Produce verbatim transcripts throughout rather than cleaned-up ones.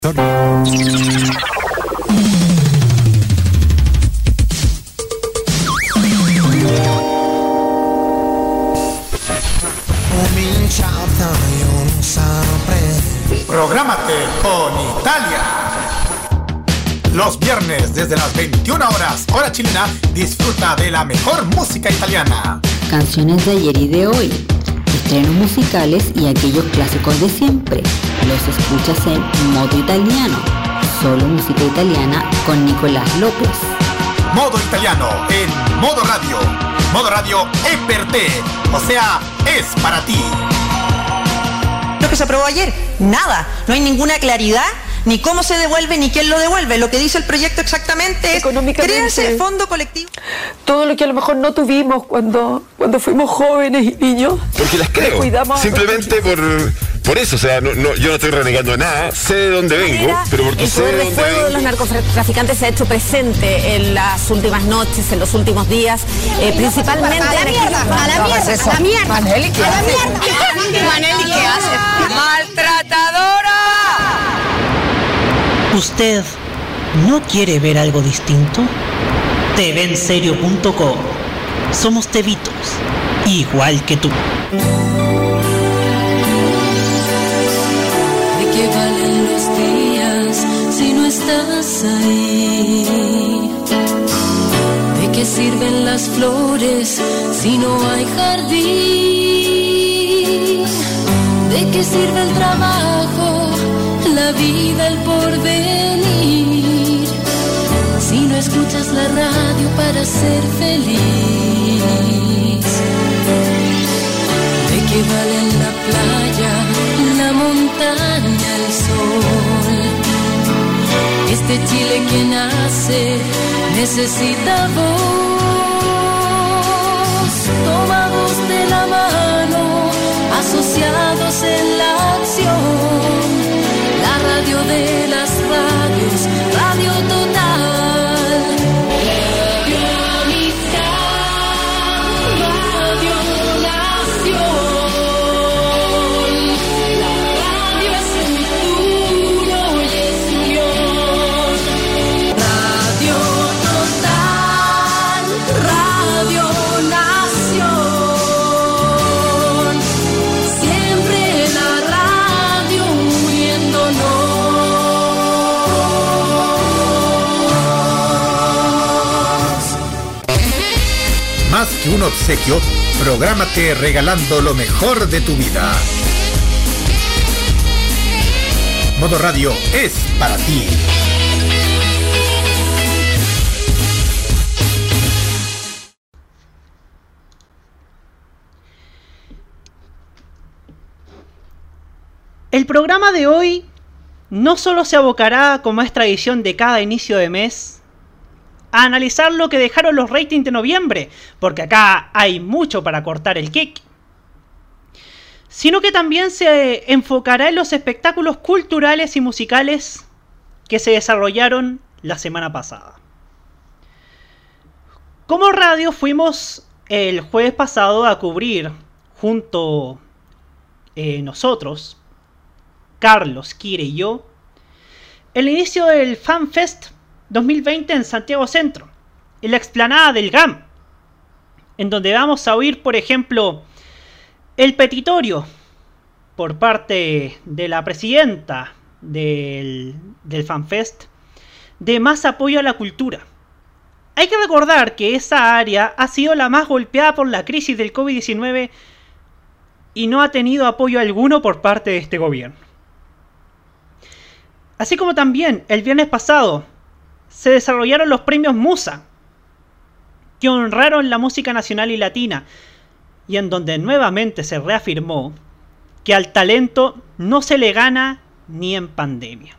Prográmate con Italia. Los viernes desde las veintiuna horas, hora chilena, disfruta de la mejor música italiana. Canciones de ayer y de hoy, estrenos musicales y aquellos clásicos de siempre. Los escuchas en modo italiano. Solo música italiana con Nicolás López. Modo italiano en Modo Radio. Modo Radio es per te, o sea, es para ti. Lo que se aprobó ayer, nada, no hay ninguna claridad, ni cómo se devuelve, ni quién lo devuelve. Lo que dice el proyecto exactamente es créese fondo colectivo. Todo lo que a lo mejor no tuvimos cuando, cuando fuimos jóvenes y niños. Porque las creo, simplemente por, por eso, o sea, no, no, yo no estoy renegando nada, sé de dónde vengo, pero porque sé de dónde vengo. El poder de fuego de los narcotraficantes se ha hecho presente en las últimas noches, en los últimos días, eh, principalmente... ¡A la mierda! ¡A la mierda! ¡A la mierda! Maneli, ¿qué hace? Maneli, ¿qué hace? ¡Maltratadora! ¿Usted no quiere ver algo distinto? te ve en serio punto com. Somos tevitos, igual que tú. ¿De qué valen los días si no estás ahí? ¿De qué sirven las flores si no hay jardín? ¿De qué sirve el trabajo, la vida, el porvenir, si no escuchas la radio para ser feliz? ¿De qué valen la playa, la montaña, el sol? Este Chile que nace necesita voz, tomados de la mano, asociados en la acción. La radio de las radios, Radio Total. Radio Amistad, Radio Nación. La radio es el tuyo y es unión. Radio Total, Radio Nación. Siempre la radio uniéndonos. Más que un obsequio, prográmate regalando lo mejor de tu vida. Modo Radio es para ti. El programa de hoy no solo se abocará, como es tradición de cada inicio de mes, a analizar lo que dejaron los ratings de noviembre, porque acá hay mucho para cortar el kick, sino que también se enfocará en los espectáculos culturales y musicales que se desarrollaron la semana pasada. Como radio fuimos el jueves pasado a cubrir junto eh, nosotros, Carlos, Kire y yo, el inicio del FanFest dos mil veinte en Santiago Centro, en la explanada del G A M, en donde vamos a oír, por ejemplo, el petitorio por parte de la presidenta del, del FanFest de más apoyo a la cultura. Hay que recordar que esa área ha sido la más golpeada por la crisis del COVID diecinueve y no ha tenido apoyo alguno por parte de este gobierno. Así como también el viernes pasado se desarrollaron los premios Musa, que honraron la música nacional y latina, y en donde nuevamente se reafirmó que al talento no se le gana ni en pandemia.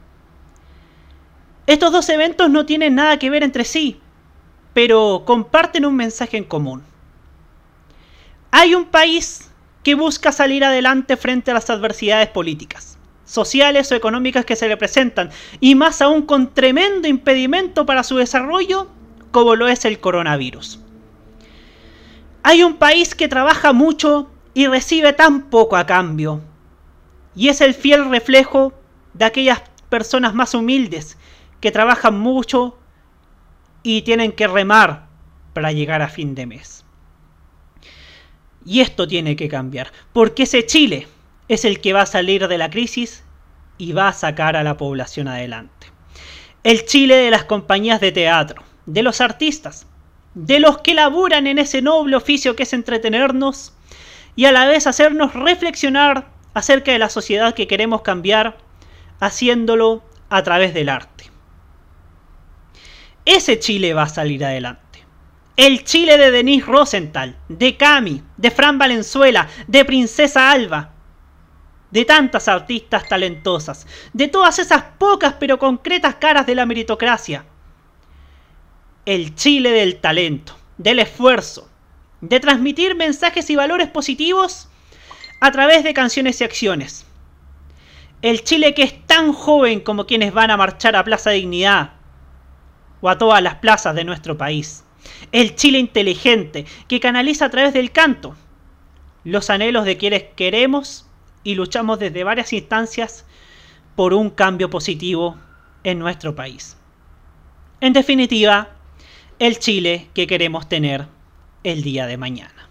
Estos dos eventos no tienen nada que ver entre sí, pero comparten un mensaje en común. Hay un país que busca salir adelante frente a las adversidades políticas, sociales o económicas que se le presentan, y más aún con tremendo impedimento para su desarrollo, como lo es el coronavirus. Hay un país que trabaja mucho y recibe tan poco a cambio, y es el fiel reflejo de aquellas personas más humildes que trabajan mucho y tienen que remar para llegar a fin de mes. Y esto tiene que cambiar, porque ese Chile es el que va a salir de la crisis y va a sacar a la población adelante. El Chile de las compañías de teatro, de los artistas, de los que laburan en ese noble oficio que es entretenernos y a la vez hacernos reflexionar acerca de la sociedad que queremos cambiar, haciéndolo a través del arte. Ese Chile va a salir adelante. El Chile de Denise Rosenthal, de Cami, de Fran Valenzuela, de Princesa Alba, de tantas artistas talentosas, de todas esas pocas pero concretas caras de la meritocracia. El Chile del talento, del esfuerzo, de transmitir mensajes y valores positivos a través de canciones y acciones. El Chile que es tan joven como quienes van a marchar a Plaza Dignidad o a todas las plazas de nuestro país. El Chile inteligente que canaliza a través del canto los anhelos de quienes queremos y luchamos desde varias instancias por un cambio positivo en nuestro país. En definitiva, el Chile que queremos tener el día de mañana.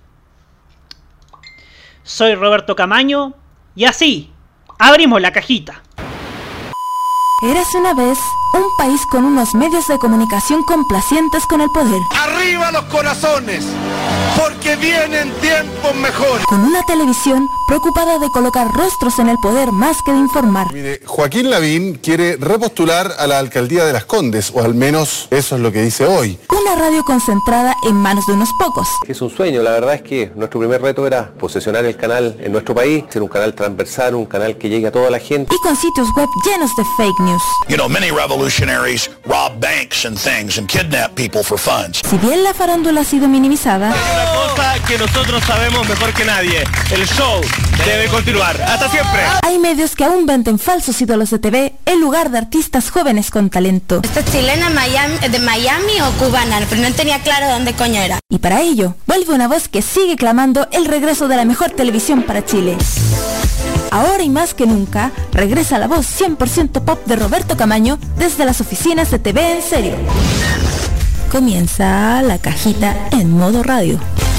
Soy Roberto Camaño y así abrimos la cajita. Érase una vez un país con unos medios de comunicación complacientes con el poder. ¡Arriba los corazones! Porque vienen tiempos mejores. Con una televisión preocupada de colocar rostros en el poder más que de informar. Mire, Joaquín Lavín quiere repostular a la alcaldía de Las Condes, o al menos eso es lo que dice hoy. Una radio concentrada en manos de unos pocos. Es un sueño, la verdad es que nuestro primer reto era posesionar el canal en nuestro país, ser un canal transversal, un canal que llegue a toda la gente. Y con sitios web llenos de fake news. You know, many revolutionaries rob banks and things and kidnap people for funds. Si bien la farándula ha sido minimizada, hay una cosa que nosotros sabemos mejor que nadie: el show debe continuar. ¡Hasta siempre! Hay medios que aún venden falsos ídolos de T V en lugar de artistas jóvenes con talento. ¿Esta es chilena Miami, de Miami o cubana? Pero no tenía claro dónde coño era. Y para ello, vuelve una voz que sigue clamando el regreso de la mejor televisión para Chile. Ahora y más que nunca, regresa la voz cien por ciento pop de Roberto Camaño desde las oficinas de T V En Serio. Comienza la cajita en modo radio.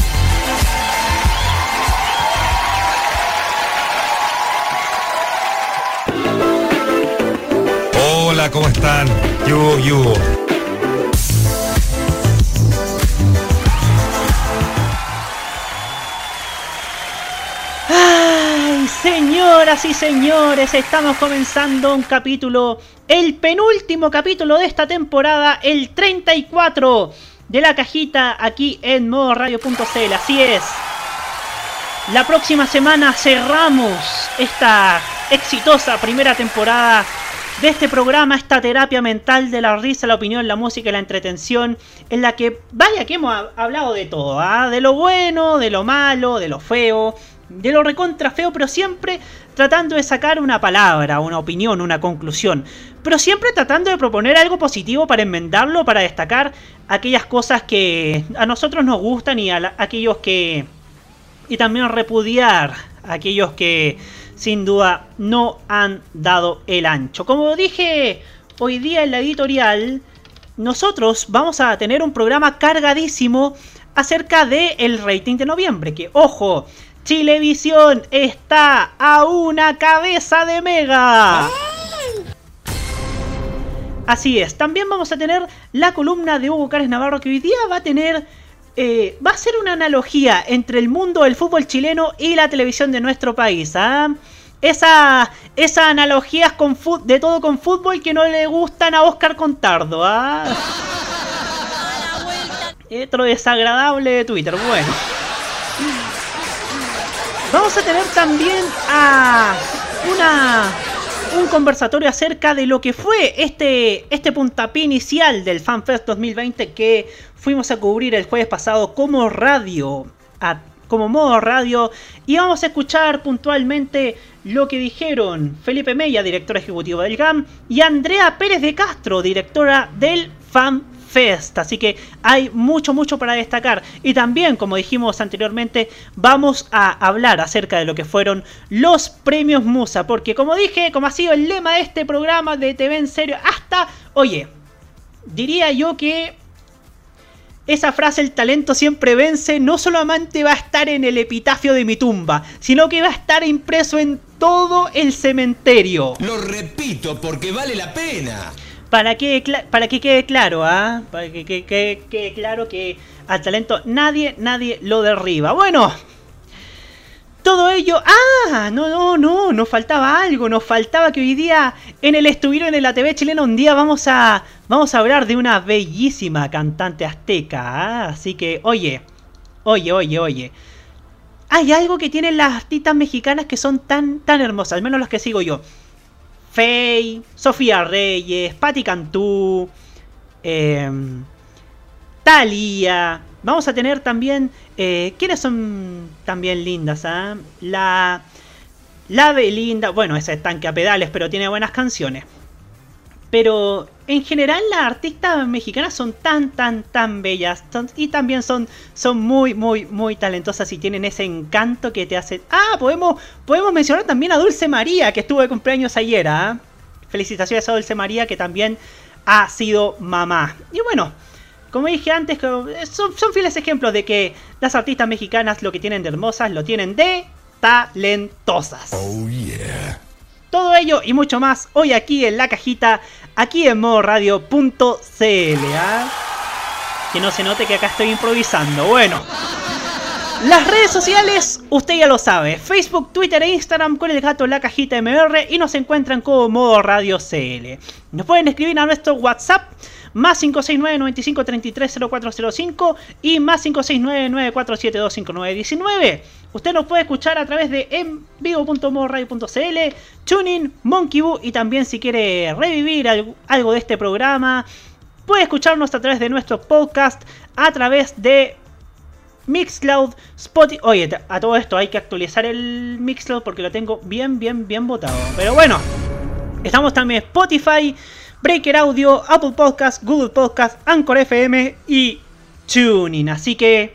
Hola, ¿cómo están? Yugo, yugo. Ay, señoras y señores, estamos comenzando un capítulo, el penúltimo capítulo de esta temporada, el treinta y cuatro de la cajita aquí en modo radio punto c l. Así es. La próxima semana cerramos esta exitosa primera temporada de este programa, esta terapia mental de la risa, la opinión, la música y la entretención, en la que, vaya que hemos hablado de todo, ¿eh? De lo bueno, de lo malo, de lo feo, de lo recontra feo, pero siempre tratando de sacar una palabra, una opinión, una conclusión, pero siempre tratando de proponer algo positivo para enmendarlo, para destacar aquellas cosas que a nosotros nos gustan y a la, aquellos que... y también repudiar a aquellos que sin duda no han dado el ancho. Como dije hoy día en la editorial, nosotros vamos a tener un programa cargadísimo acerca del rating de noviembre, que ojo, Chilevisión está a una cabeza de Mega. Así es, también vamos a tener la columna de Hugo Cárez Navarro, que hoy día va a tener, eh, va a ser una analogía entre el mundo del fútbol chileno y la televisión de nuestro país. ¿eh? Esa, esa analogías con de todo con fútbol que no le gustan a Oscar Contardo. ¿eh? Otro desagradable de Twitter, bueno. Vamos a tener también a una, un conversatorio acerca de lo que fue este, este puntapié inicial del FanFest dos mil veinte que fuimos a cubrir el jueves pasado como radio, a, como modo radio, y vamos a escuchar puntualmente lo que dijeron Felipe Mella, director ejecutivo del G A M, y Andrea Pérez de Castro, directora del FanFest. Fest, así que hay mucho, mucho para destacar. Y también, como dijimos anteriormente, vamos a hablar acerca de lo que fueron los premios Musa, porque como dije, como ha sido el lema de este programa de T V en Serio, hasta, oye, diría yo que esa frase, el talento siempre vence, no solamente va a estar en el epitafio de mi tumba, sino que va a estar impreso en todo el cementerio. Lo repito porque vale la pena. Para que, para que quede claro, ¿ah? ¿eh? Para que quede que, que, que claro que al talento nadie, nadie lo derriba. Bueno, todo ello... ¡Ah! No, no, no, nos faltaba algo. Nos faltaba que hoy día en el Estuvieron en la T V chilena un día vamos a, vamos a hablar de una bellísima cantante azteca. ¿eh? Así que, oye, oye, oye, oye. Hay algo que tienen las artistas mexicanas que son tan, tan hermosas, al menos las que sigo yo. Faye, Sofía Reyes, Patti Cantú, eh, Thalía. Vamos a tener también... Eh, ¿Quiénes son también lindas? ¿eh? La, la Belinda. Bueno, esa es tanque a pedales, pero tiene buenas canciones. Pero en general las artistas mexicanas son tan, tan, tan bellas. Son, y también son, son muy, muy, muy talentosas y tienen ese encanto que te hace... Ah, podemos, podemos mencionar también a Dulce María, que estuvo de cumpleaños ayer. ¿eh? Felicitaciones a Dulce María, que también ha sido mamá. Y bueno, como dije antes, son, son fieles ejemplos de que las artistas mexicanas lo que tienen de hermosas, lo tienen de talentosas. Oh, yeah. Todo ello y mucho más hoy aquí en la cajita, aquí en modo radio punto c l. ¿eh? Que no se note que acá estoy improvisando. Bueno, las redes sociales, usted ya lo sabe. Facebook, Twitter e Instagram con el gato La Cajita M R y nos encuentran como modo radio C L. Nos pueden escribir a nuestro WhatsApp más cinco seis nueve, nueve cinco tres tres, cero cuatro cero cinco y más cinco seis nueve, nueve cuatro siete dos, cinco nueve uno nueve. Usted nos puede escuchar a través de en vivo punto modo radio punto c l, TuneIn, Monkey Boo y también si quiere revivir algo de este programa, puede escucharnos a través de nuestro podcast, a través de Mixcloud, Spotify. Oye, a todo esto hay que actualizar el Mixcloud porque lo tengo bien, bien, bien botado. Pero bueno, estamos también en Spotify, Breaker Audio, Apple Podcast, Google Podcast, Anchor F M y TuneIn. Así que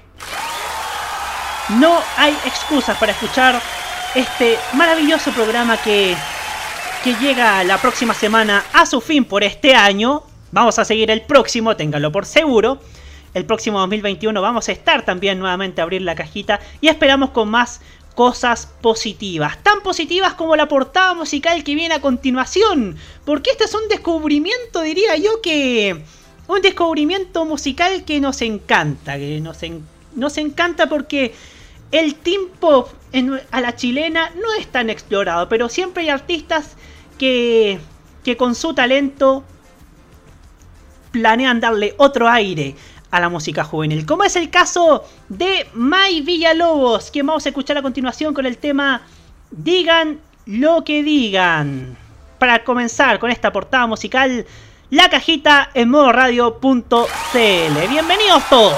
no hay excusas para escuchar este maravilloso programa que, que llega la próxima semana a su fin por este año. Vamos a seguir el próximo, ténganlo por seguro. El próximo dos mil veintiuno vamos a estar también nuevamente a abrir la cajita y esperamos con más cosas positivas, tan positivas como la portada musical que viene a continuación, porque este es un descubrimiento, diría yo que un descubrimiento musical que nos encanta, que nos, en, nos encanta porque el teen pop en, a la chilena no es tan explorado, pero siempre hay artistas que, que con su talento planean darle otro aire a la música juvenil, como es el caso de May Villalobos, que vamos a escuchar a continuación con el tema Digan lo que digan. Para comenzar con esta portada musical, la cajita en modo radio punto c l. Bienvenidos todos.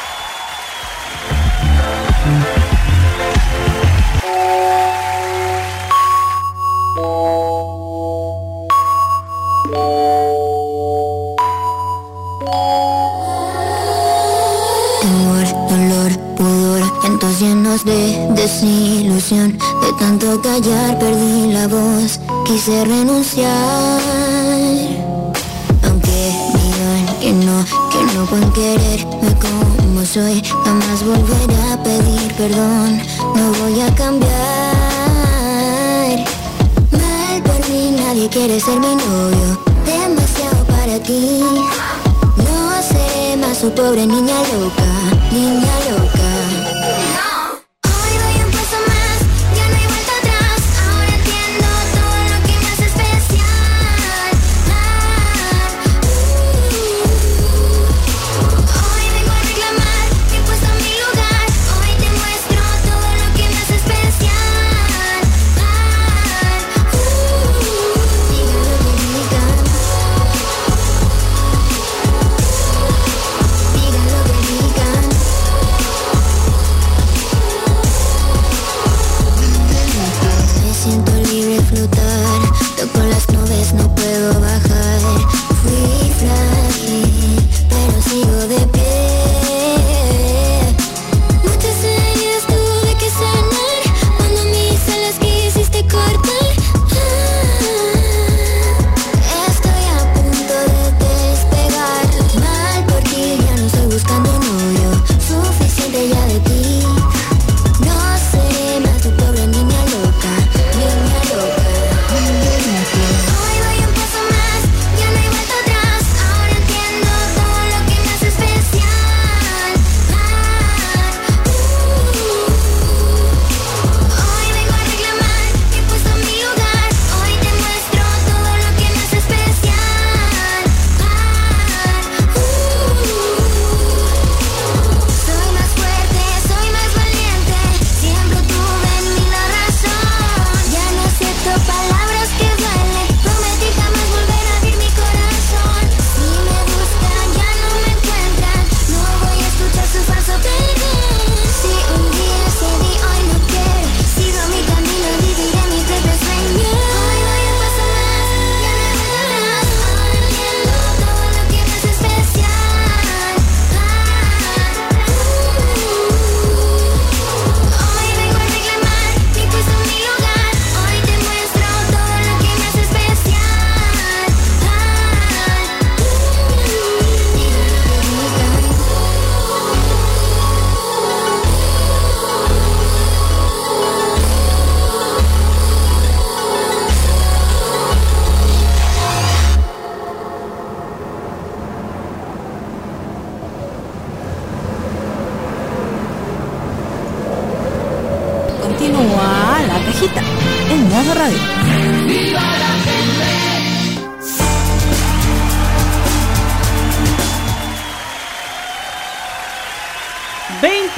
Llenos de desilusión, de tanto callar perdí la voz, quise renunciar. Aunque digan que no, que no pueden quererme como soy, jamás volveré a pedir perdón, no voy a cambiar. Mal por mí, nadie quiere ser mi novio, demasiado para ti. No seré más su pobre niña loca, niña loca. Digan lo que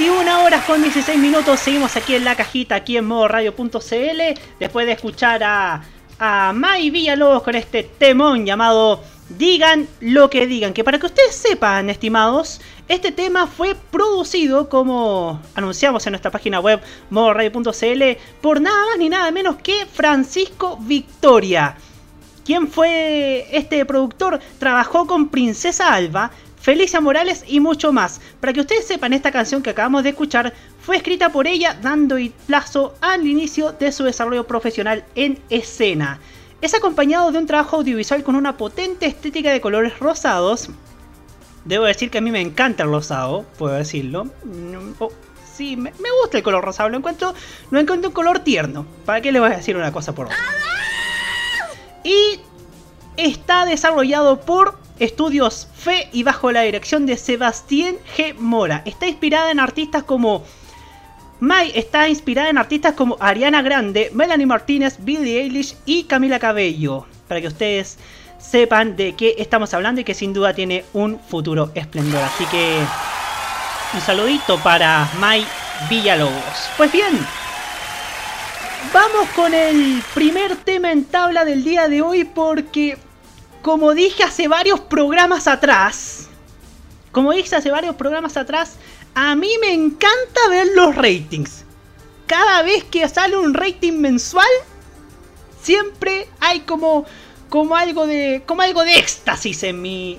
veintiuna horas con dieciséis minutos. Seguimos aquí en la cajita, aquí en modo radio punto c l. Después de escuchar a, a May Villalobos con este temón llamado Digan lo que digan. Que para que ustedes sepan, estimados, este tema fue producido, como anunciamos en nuestra página web modo radio punto c l, por nada más ni nada menos que Francisco Victoria. ¿Quién fue este productor? Trabajó con Princesa Alba, Felicia Morales y mucho más. Para que ustedes sepan, esta canción que acabamos de escuchar fue escrita por ella dando plazo al inicio de su desarrollo profesional en escena. Es acompañado de un trabajo audiovisual con una potente estética de colores rosados. Debo decir que a mí me encanta el rosado, puedo decirlo. Oh, sí, me, me gusta el color rosado, lo encuentro, lo encuentro un color tierno. ¿Para qué le voy a decir una cosa por otra? Y está desarrollado por Estudios Fe y bajo la dirección de Sebastián G. Mora. Está inspirada en artistas como... Mai está inspirada en artistas como Ariana Grande, Melanie Martínez, Billie Eilish y Camila Cabello. Para que ustedes sepan de qué estamos hablando y que sin duda tiene un futuro esplendor. Así que un saludito para Mai Villalobos. Pues bien, vamos con el primer tema en tabla del día de hoy porque, como dije hace varios programas atrás, como dije hace varios programas atrás, a mí me encanta ver los ratings. Cada vez que sale un rating mensual, siempre hay como, como algo de, como algo de éxtasis en mi,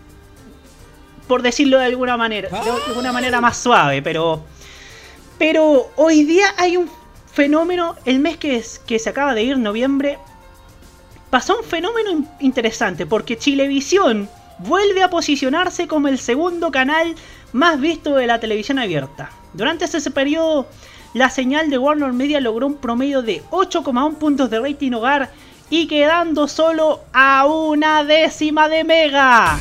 por decirlo de alguna manera, de alguna manera más suave, pero, pero hoy día hay un fenómeno, el mes que, es, que se acaba de ir, noviembre, pasó un fenómeno interesante porque Chilevisión vuelve a posicionarse como el segundo canal más visto de la televisión abierta. Durante ese periodo, la señal de Warner Media logró un promedio de ocho coma uno puntos de rating hogar y quedando solo a una décima de Mega.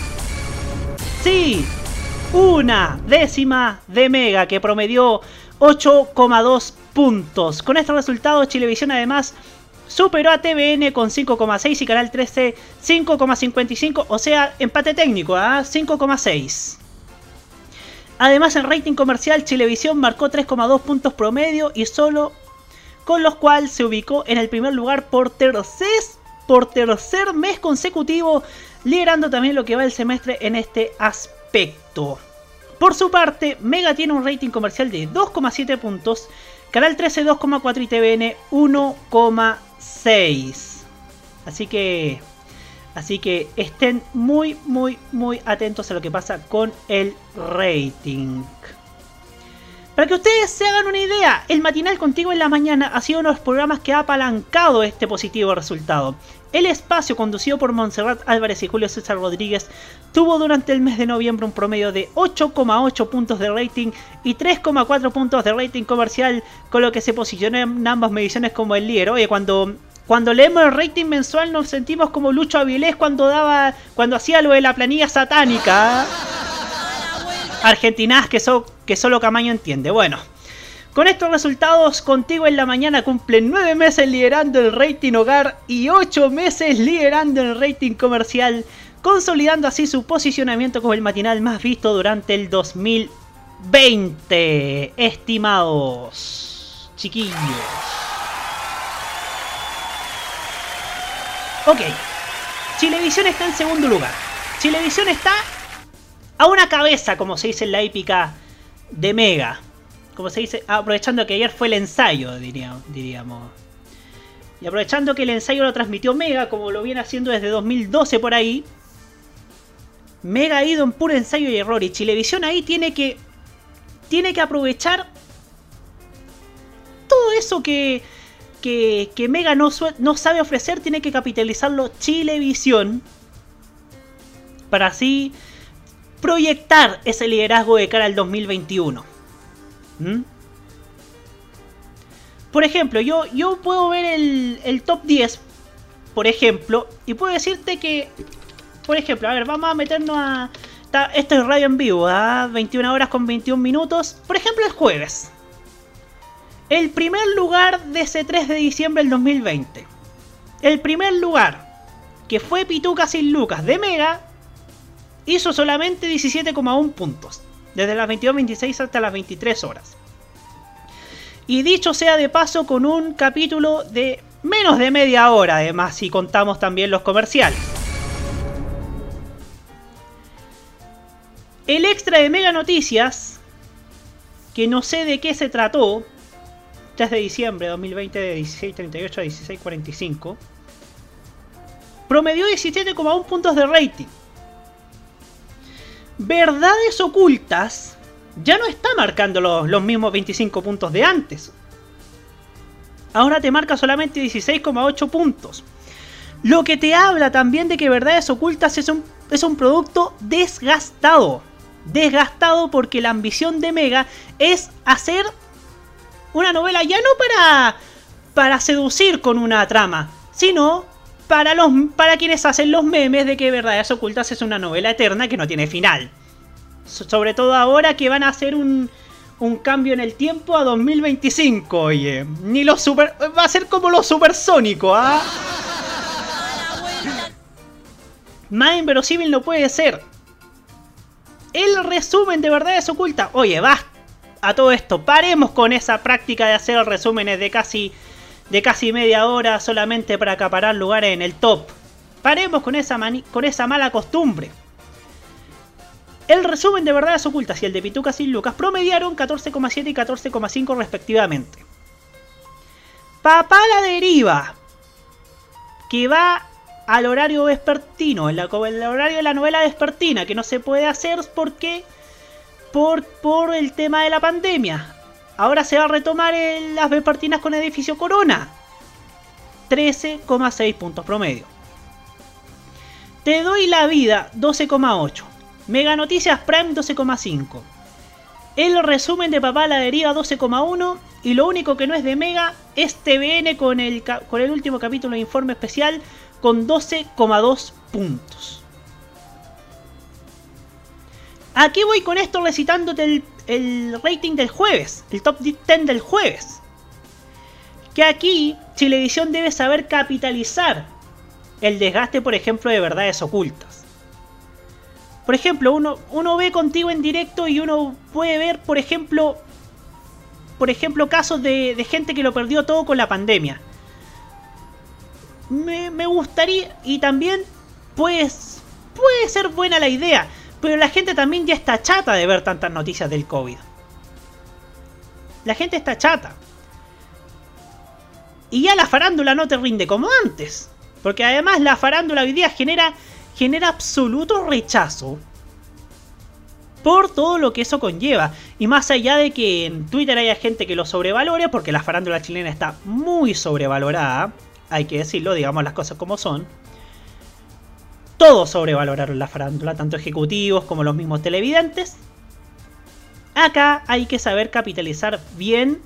Sí, una décima de Mega, que promedió ocho coma dos puntos. Con estos resultados, Chilevisión además superó a T V N con cinco coma seis y Canal trece cinco coma cincuenta y cinco, o sea, empate técnico, ¿eh? cinco coma seis. Además, en rating comercial, Chilevisión marcó tres coma dos puntos promedio y solo, con los cuales se ubicó en el primer lugar por tercer, por tercer mes consecutivo, liderando también lo que va el semestre en este aspecto. Por su parte, Mega tiene un rating comercial de dos coma siete puntos, Canal trece dos coma cuatro y T V N uno coma seis. Así que... Así que estén muy, muy, muy atentos a lo que pasa con el rating. Para que ustedes se hagan una idea, el matinal Contigo en la Mañana ha sido uno de los programas que ha apalancado este positivo resultado. El espacio, conducido por Montserrat Álvarez y Julio César Rodríguez, tuvo durante el mes de noviembre un promedio de ocho coma ocho puntos de rating y tres coma cuatro puntos de rating comercial, con lo que se posicionó en ambas mediciones como el líder. Oye, cuando... Cuando leemos el rating mensual nos sentimos como Lucho Avilés cuando daba, cuando hacía lo de la planilla satánica. Argentinadas que, so, que solo Camaño entiende. Bueno, con estos resultados, Contigo en la Mañana cumple nueve meses liderando el rating hogar y ocho meses liderando el rating comercial, consolidando así su posicionamiento como el matinal más visto durante el dos mil veinte. Estimados chiquillos. Ok, Chilevisión está en segundo lugar. Chilevisión está a una cabeza, como se dice en la épica de Mega. Como se dice, aprovechando que ayer fue el ensayo, diríamos. diríamos. Y aprovechando que el ensayo lo transmitió Mega, como lo viene haciendo desde dos mil doce por ahí. Mega ha ido en puro ensayo y error. Y Chilevisión ahí tiene que, tiene que aprovechar todo eso que... Que, que Mega no, no sabe ofrecer, tiene que capitalizarlo Chilevisión para así proyectar ese liderazgo de cara al dos mil veintiuno. ¿Mm? Por ejemplo, yo, yo puedo ver el, el top diez, por ejemplo, y puedo decirte que, por ejemplo, a ver, vamos a meternos a... Está, esto es radio en vivo, ¿eh? veintiuna horas con veintiún minutos, por ejemplo el jueves. El primer lugar de ese tres de diciembre del dos mil veinte. El primer lugar, que fue Pituca sin Lucas de Mega, hizo solamente diecisiete coma uno puntos desde las veintidós veintiséis hasta las veintitrés horas. Y dicho sea de paso, con un capítulo de menos de media hora, además, si contamos también los comerciales. El extra de Mega Noticias, que no sé de qué se trató, ya es de diciembre de dos mil veinte, de dieciséis treinta y ocho a dieciséis cuarenta y cinco, promedió diecisiete coma uno puntos de rating. Verdades Ocultas ya no está marcando los, los mismos veinticinco puntos de antes. Ahora te marca solamente dieciséis coma ocho puntos. Lo que te habla también de que Verdades Ocultas es un, es un producto desgastado. Desgastado porque la ambición de Mega es hacer una novela ya no para, para seducir con una trama, sino para, los, para quienes hacen los memes de que Verdades Ocultas es una novela eterna que no tiene final. Sobre todo ahora que van a hacer un, un cambio en el tiempo a dos mil veinticinco, oye. Ni los super... Va a ser como lo supersónico, ¿ah? Más inverosímil no puede ser. El resumen de Verdades Ocultas. Oye, va a todo esto. Paremos con esa práctica de hacer resúmenes de casi, de casi media hora solamente para acaparar lugares en el top. Paremos con esa, mani con esa mala costumbre. El resumen de Verdades Ocultas y el de Pitucas y Lucas promediaron catorce coma siete y catorce coma cinco respectivamente. Papá la Deriva, que va al horario vespertino, en la, el horario de la novela vespertina, que no se puede hacer porque por, por el tema de la pandemia. Ahora se va a retomar en las vespertinas con Edificio Corona. trece coma seis puntos promedio. Te doy la vida, doce coma ocho. Mega Noticias Prime, doce coma cinco. El resumen de Papá la Deriva, doce coma uno. Y lo único que no es de Mega es T V N con el, con el último capítulo de Informe Especial con doce coma dos puntos. Aquí voy con esto recitándote el, el rating del jueves, el top diez del jueves. Que aquí Chilevisión debe saber capitalizar el desgaste, por ejemplo, de Verdades Ocultas. Por ejemplo, uno, uno ve Contigo en Directo y uno puede ver, por ejemplo, por ejemplo casos de, de gente que lo perdió todo con la pandemia. Me, me gustaría, y también pues puede ser buena la idea, pero la gente también ya está chata de ver tantas noticias del COVID. La gente está chata. Y ya la farándula no te rinde como antes. Porque además la farándula hoy día genera... genera absoluto rechazo por todo lo que eso conlleva. Y más allá de que en Twitter haya gente que lo sobrevalore, porque la farándula chilena está muy sobrevalorada, hay que decirlo, digamos las cosas como son. Todos sobrevaloraron la farándula, tanto ejecutivos como los mismos televidentes. Acá hay que saber capitalizar bien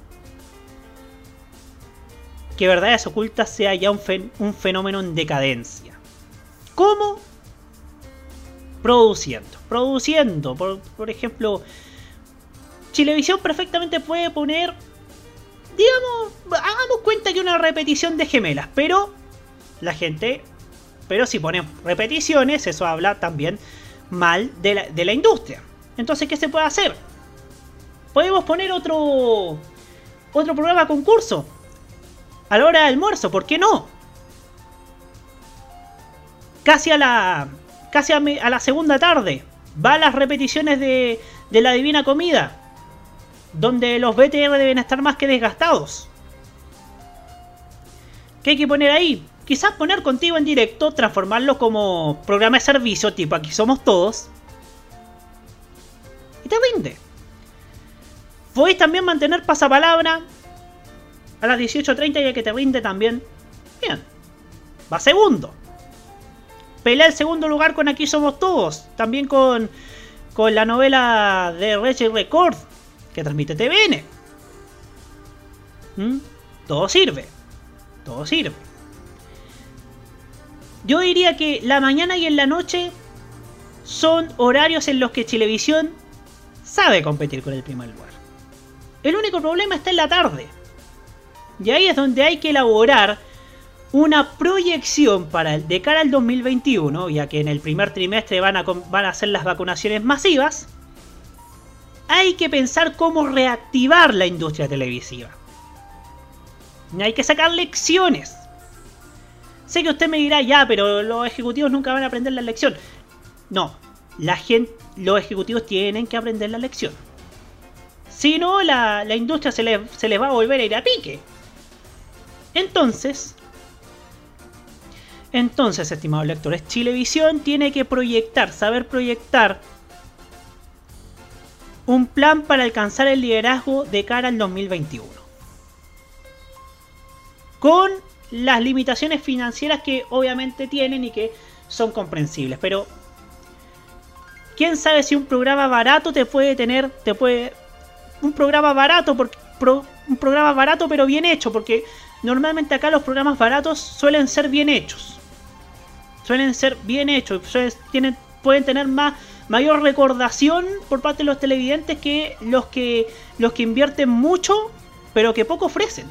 que Verdades Ocultas sea ya un, fen un fenómeno en decadencia. ¿Cómo? Produciendo. Produciendo. Por, por ejemplo, Chilevisión perfectamente puede poner, digamos, hagamos cuenta que una repetición de Gemelas, pero la gente, pero si ponen repeticiones, eso habla también mal de la, de la industria. Entonces, ¿qué se puede hacer? Podemos poner otro, otro programa concurso a la hora de almuerzo, ¿por qué no? Casi a la... Casi a, me, a la segunda tarde va a las repeticiones de, de La Divina Comida, donde los B T R deben estar más que desgastados. ¿Qué hay que poner ahí? Quizás poner Contigo en Directo, transformarlo como programa de servicio, tipo Aquí Somos Todos, y te rinde. Podéis también mantener Pasapalabra a las dieciocho treinta, ya que te rinde también. Bien, va segundo. Pelea el segundo lugar con Aquí Somos Todos. También con, con la novela de Reggie Record, que transmite T V N. ¿Mm? Todo sirve. Todo sirve. Yo diría que la mañana y en la noche son horarios en los que Chilevisión sabe competir con el primer lugar. El único problema está en la tarde. Y ahí es donde hay que elaborar una proyección para el, de cara al dos mil veintiuno, ya que en el primer trimestre van a, van a hacer las vacunaciones masivas. hay que pensar cómo reactivar la industria televisiva. Hay que sacar lecciones. Sé que usted me dirá, ya, pero los ejecutivos nunca van a aprender la lección. No, la gente, los ejecutivos tienen que aprender la lección. Si no, la, la industria se les, se les va a volver a ir a pique. Entonces, entonces, estimados lectores, Chilevisión tiene que proyectar, saber proyectar un plan para alcanzar el liderazgo de cara al dos mil veintiuno. Con las limitaciones financieras que obviamente tienen y que son comprensibles. Pero quién sabe si un programa barato te puede tener, te puede, un programa barato, porque, pro, un programa barato pero bien hecho, porque normalmente acá los programas baratos suelen ser bien hechos. Suelen ser bien hechos, suelen, tienen, pueden tener más, mayor recordación por parte de los televidentes que los que los que invierten mucho pero que poco ofrecen.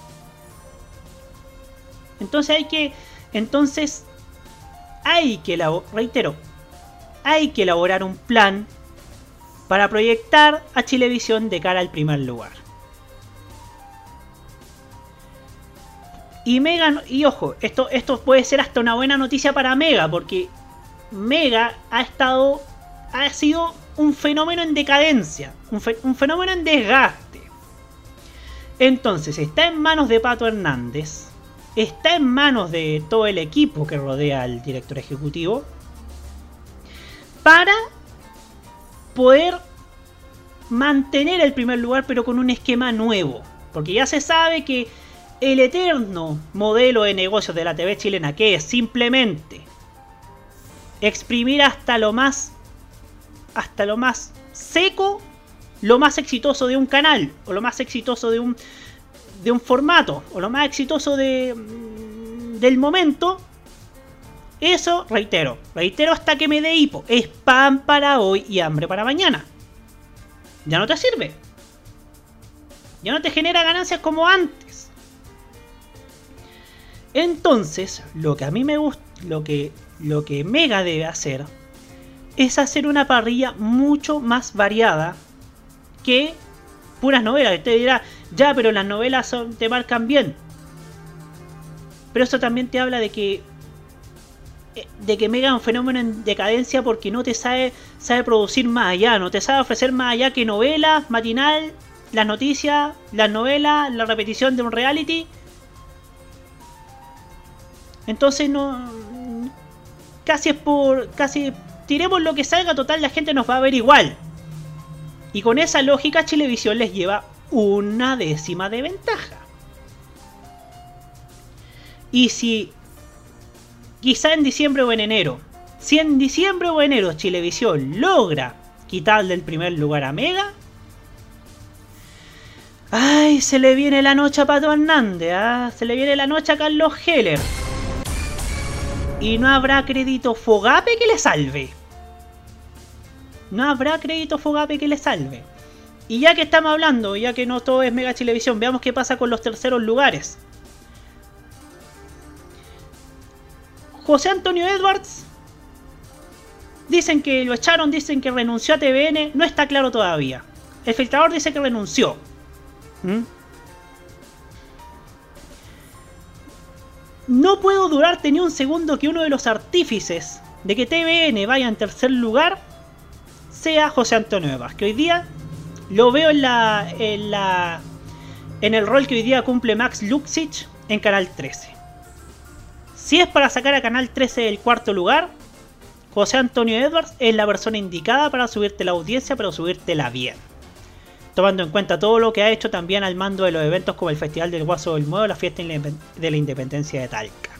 Entonces hay que, entonces hay que, reitero, hay que elaborar un plan para proyectar a Chilevisión de cara al primer lugar. Y Mega, y ojo, esto, esto puede ser hasta una buena noticia para Mega, porque Mega ha estado, ha sido un fenómeno en decadencia, un, fe, un fenómeno en desgaste. Entonces está en manos de Pato Hernández. Está en manos de todo el equipo que rodea al director ejecutivo para poder mantener el primer lugar, pero con un esquema nuevo. Porque ya se sabe que el eterno modelo de negocios de la T V chilena, que es simplemente exprimir hasta lo más hasta lo más seco lo más exitoso de un canal, o lo más exitoso de un de un formato, o lo más exitoso de del momento. Eso, reitero, reitero hasta que me dé hipo, es pan para hoy y hambre para mañana. Ya no te sirve, ya no te genera ganancias como antes. Entonces, lo que a mí me gusta, lo que, lo que Mega debe hacer es hacer una parrilla mucho más variada que puras novelas. Usted dirá, ya, pero las novelas son, te marcan bien. Pero eso también te habla de que de que Mega es un fenómeno en decadencia porque no te sabe, sabe producir más allá, no te sabe ofrecer más allá que novelas, matinal, las noticias, las novelas, la repetición de un reality. Entonces no, casi es por, casi tiremos lo que salga, total la gente nos va a ver igual. Y con esa lógica Chilevisión les lleva una décima de ventaja. Y si quizá en diciembre o en enero, si en diciembre o enero Chilevisión logra quitarle el primer lugar a Mega, ay, se le viene la noche a Pato Hernández, ¿eh? Se le viene la noche a Carlos Heller. Y no habrá crédito Fogape que le salve. No habrá crédito Fogape que le salve. Y ya que estamos hablando, ya que no todo es Mega Chilevisión, veamos qué pasa con los terceros lugares. José Antonio Edwards, dicen que lo echaron, dicen que renunció a T V N, no está claro todavía. El filtrador dice que renunció. ¿Mm? No puedo durarte ni un segundo que uno de los artífices de que T V N vaya en tercer lugar sea José Antonio Edwards, que hoy día lo veo en la, en la en el rol que hoy día cumple Max Luxich en Canal trece. Si es para sacar a Canal trece del cuarto lugar, José Antonio Edwards es la persona indicada para subirte la audiencia, pero subírtela bien. Tomando en cuenta todo lo que ha hecho también al mando de los eventos como el Festival del Guaso del Muevo, la Fiesta de la Independencia de Talca.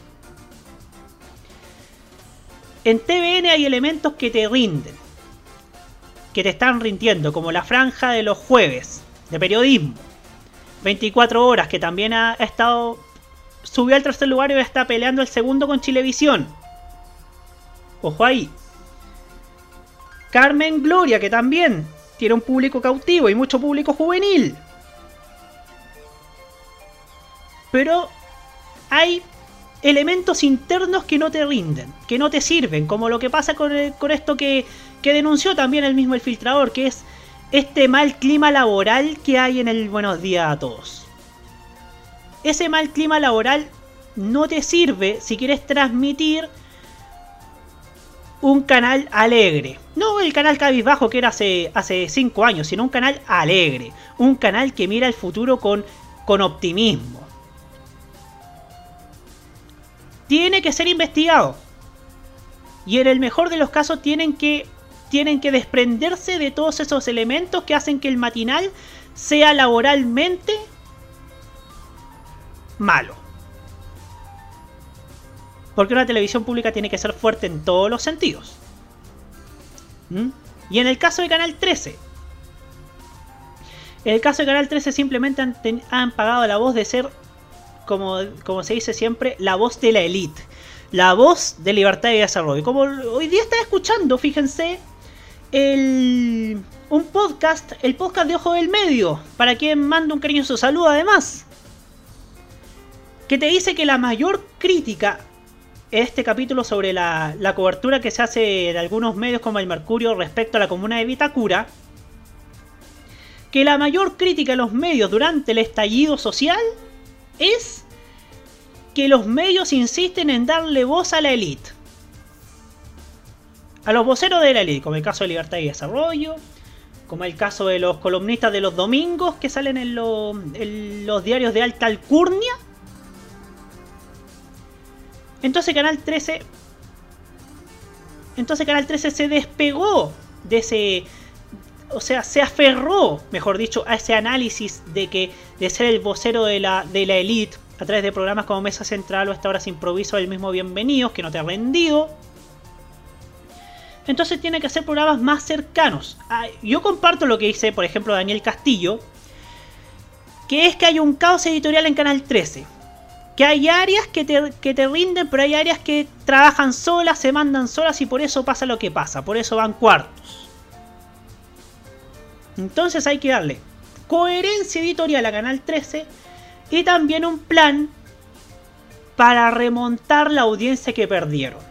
En T V N hay elementos que te rinden, que te están rindiendo, como la franja de los jueves de periodismo, veinticuatro horas, que también ha estado... subió al tercer lugar y está peleando el segundo con Chilevisión. Ojo ahí. Carmen Gloria, que también tiene un público cautivo y mucho público juvenil. Pero hay elementos internos que no te rinden, que no te sirven, como lo que pasa con, el, con esto que, que denunció también el mismo el filtrador, que es este mal clima laboral que hay en el Buenos Días a Todos. Ese mal clima laboral no te sirve si quieres transmitir un canal alegre. No el canal cabizbajo que era hace, hace cinco años, sino un canal alegre. Un canal que mira el futuro con, con optimismo. Tiene que ser investigado. Y en el mejor de los casos tienen que, tienen que desprenderse de todos esos elementos que hacen que el matinal sea laboralmente malo. Porque una televisión pública tiene que ser fuerte en todos los sentidos. ¿Mm? Y en el caso de Canal trece. En el caso de Canal trece simplemente han, ten, han pagado la voz de ser, como, como se dice siempre, la voz de la élite. La voz de libertad y desarrollo. Como hoy día estaba escuchando, fíjense, el, un podcast, el podcast de Ojo del Medio. Para quien manda un cariñoso saludo además. Que te dice que la mayor crítica... Este capítulo sobre la, la cobertura que se hace de algunos medios como el Mercurio respecto a la comuna de Vitacura, que la mayor crítica a los medios durante el estallido social es que los medios insisten en darle voz a la élite, a los voceros de la élite, como el caso de Libertad y Desarrollo, como el caso de los columnistas de los domingos que salen en, lo, en los diarios de alta alcurnia. Entonces Canal trece. Entonces Canal trece se despegó de ese. O sea, se aferró, mejor dicho, a ese análisis de que de ser el vocero de la, de la élite a través de programas como Mesa Central o Esta Hora Sin Improviso, el mismo Bienvenidos, que no te ha rendido. Entonces tiene que hacer programas más cercanos. Yo comparto lo que dice, por ejemplo, Daniel Castillo, que es que hay un caos editorial en Canal trece. Que hay áreas que te, que te rinden, pero hay áreas que trabajan solas, se mandan solas y por eso pasa lo que pasa. Por eso van cuartos. Entonces hay que darle coherencia editorial a Canal trece y también un plan para remontar la audiencia que perdieron.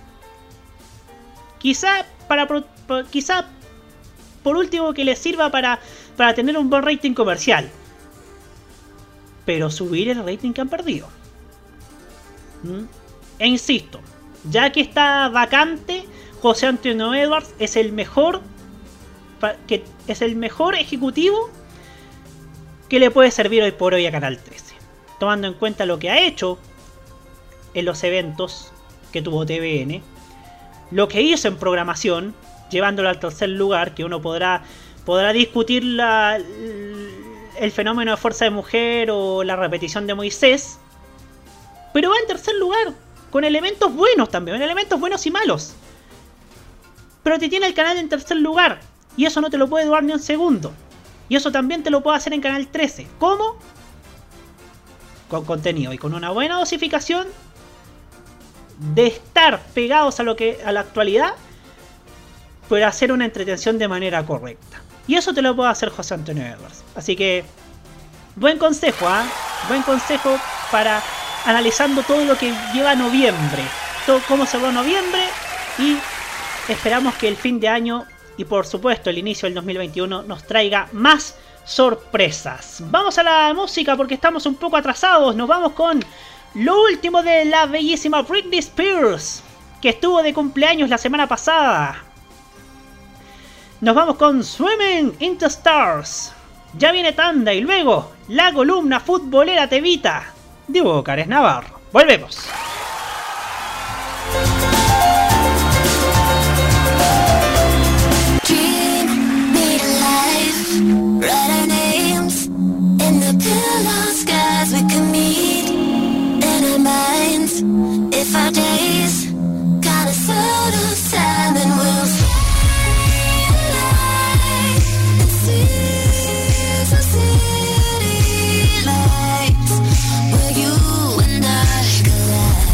Quizá, para, quizá por último que les sirva para, para tener un buen rating comercial. Pero subir el rating que han perdido. ¿Mm? E insisto, ya que está vacante, José Antonio Edwards es el mejor que es el mejor ejecutivo que le puede servir hoy por hoy a Canal trece, tomando en cuenta lo que ha hecho en los eventos que tuvo T V N, lo que hizo en programación, llevándolo al tercer lugar, que uno podrá podrá discutir la, el fenómeno de Fuerza de Mujer o la repetición de Moisés, pero va en tercer lugar, con elementos buenos también, elementos buenos y malos. Pero te tiene el canal en tercer lugar, y eso no te lo puede durar ni un segundo. Y eso también te lo puede hacer en Canal trece. ¿Cómo? Con contenido y con una buena dosificación de estar pegados a lo que a la actualidad, pero hacer una entretención de manera correcta. Y eso te lo puede hacer José Antonio Edwards. Así que, buen consejo, ¿ah? ¿eh? Buen consejo para analizando todo lo que lleva noviembre. Todo cómo se va noviembre. Y esperamos que el fin de año y por supuesto el inicio del dos mil veintiuno nos traiga más sorpresas. Vamos a la música porque estamos un poco atrasados. Nos vamos con lo último de la bellísima Britney Spears, que estuvo de cumpleaños la semana pasada. Nos vamos con Swimming into Stars. Ya viene tanda y luego la columna futbolera Tevita de Hugo Cares Navarro. Volvemos. If our days got a sort of sand, then we'll fly and see the city lights where you and I collide.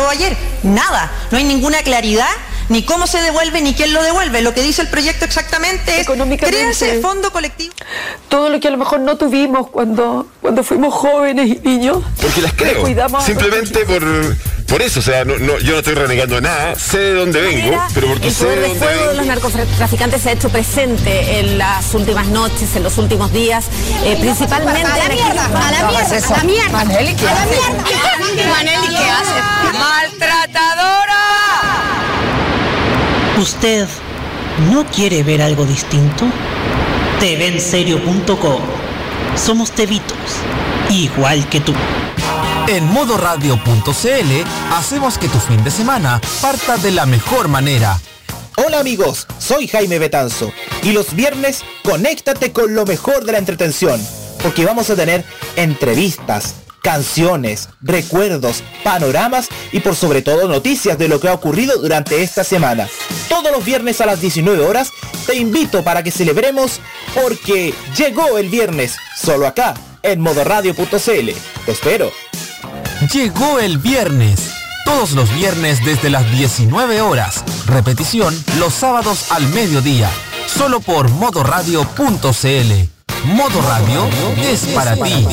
aprobó ayer? Nada. No hay ninguna claridad, ni cómo se devuelve, ni quién lo devuelve. Lo que dice el proyecto exactamente es créanse fondo colectivo. Todo lo que a lo mejor no tuvimos cuando, cuando fuimos jóvenes y niños. Porque las creo. Simplemente por, por eso. O sea, no, no, yo no estoy renegando nada. Sé de dónde vengo, pero porque el sé de poder de dónde fuego vengo. de los narcotraficantes se ha hecho presente en las últimas noches, en los últimos días, eh, principalmente... A la mierda, a la mierda, a la mierda. Maneli, ¿qué a la hace? mierda. Maneli, ¿qué hace? ¡Maltratadora! ¿Usted no quiere ver algo distinto? te ve en serio punto com. Somos tevitos, igual que tú. En modoradio punto cl hacemos que tu fin de semana parta de la mejor manera. Hola amigos, soy Jaime Betanzo y los viernes conéctate con lo mejor de la entretención, porque vamos a tener entrevistas, canciones, recuerdos, panoramas y por sobre todo noticias de lo que ha ocurrido durante esta semana. Todos los viernes a las diecinueve horas te invito para que celebremos porque llegó el viernes, solo acá en modoradio punto cl. Te espero. Llegó el viernes. Todos los viernes desde las diecinueve horas. Repetición los sábados al mediodía. Solo por modoradio punto cl. Modo Radio es para ti.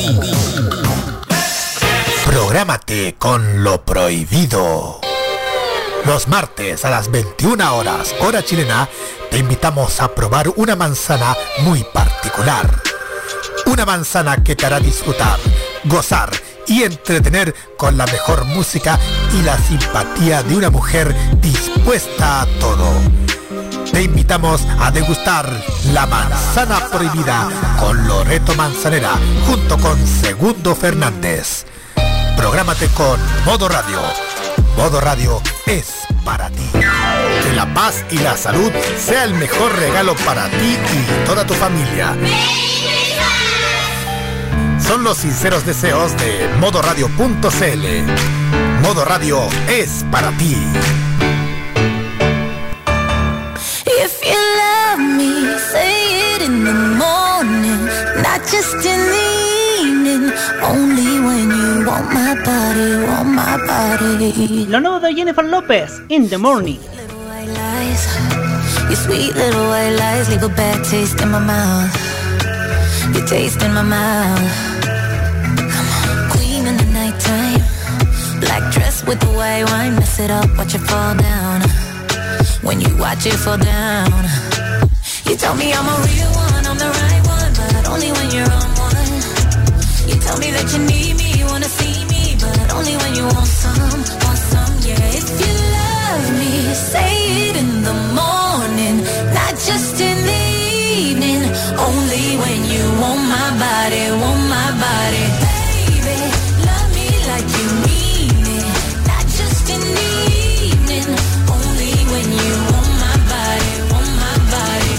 Prográmate con lo prohibido. Los martes a las veintiuna horas, hora chilena, te invitamos a probar una manzana muy particular. Una manzana que te hará disfrutar, gozar y entretener con la mejor música y la simpatía de una mujer dispuesta a todo. Te invitamos a degustar La Manzana Prohibida con Loreto Manzanera junto con Segundo Fernández. Prográmate con Modo Radio. Modo Radio es para ti. Que la paz y la salud sea el mejor regalo para ti y toda tu familia. Son los sinceros deseos de modoradio punto cl. Modo Radio es para ti. If you love me, say it in the morning, not just in the evening, only when you want my body, want my body. Lo nuevo de Jennifer López, In the Morning. Your sweet little white lies leave a bad taste in my mouth. Your taste in my mouth. Queen in the nighttime, black dress with the white wine, mess it up, watch it fall down. When you watch it fall down, you tell me I'm a real one, I'm the right one, but only when you're on one. You tell me that you need me, you wanna see me, but only when you want some, want some, yeah. If you love me, say it in the morning, not just in the evening, only when you want my body, want my body. Baby, love me like you mean it, not just in the evening, only when you want my body, want my body.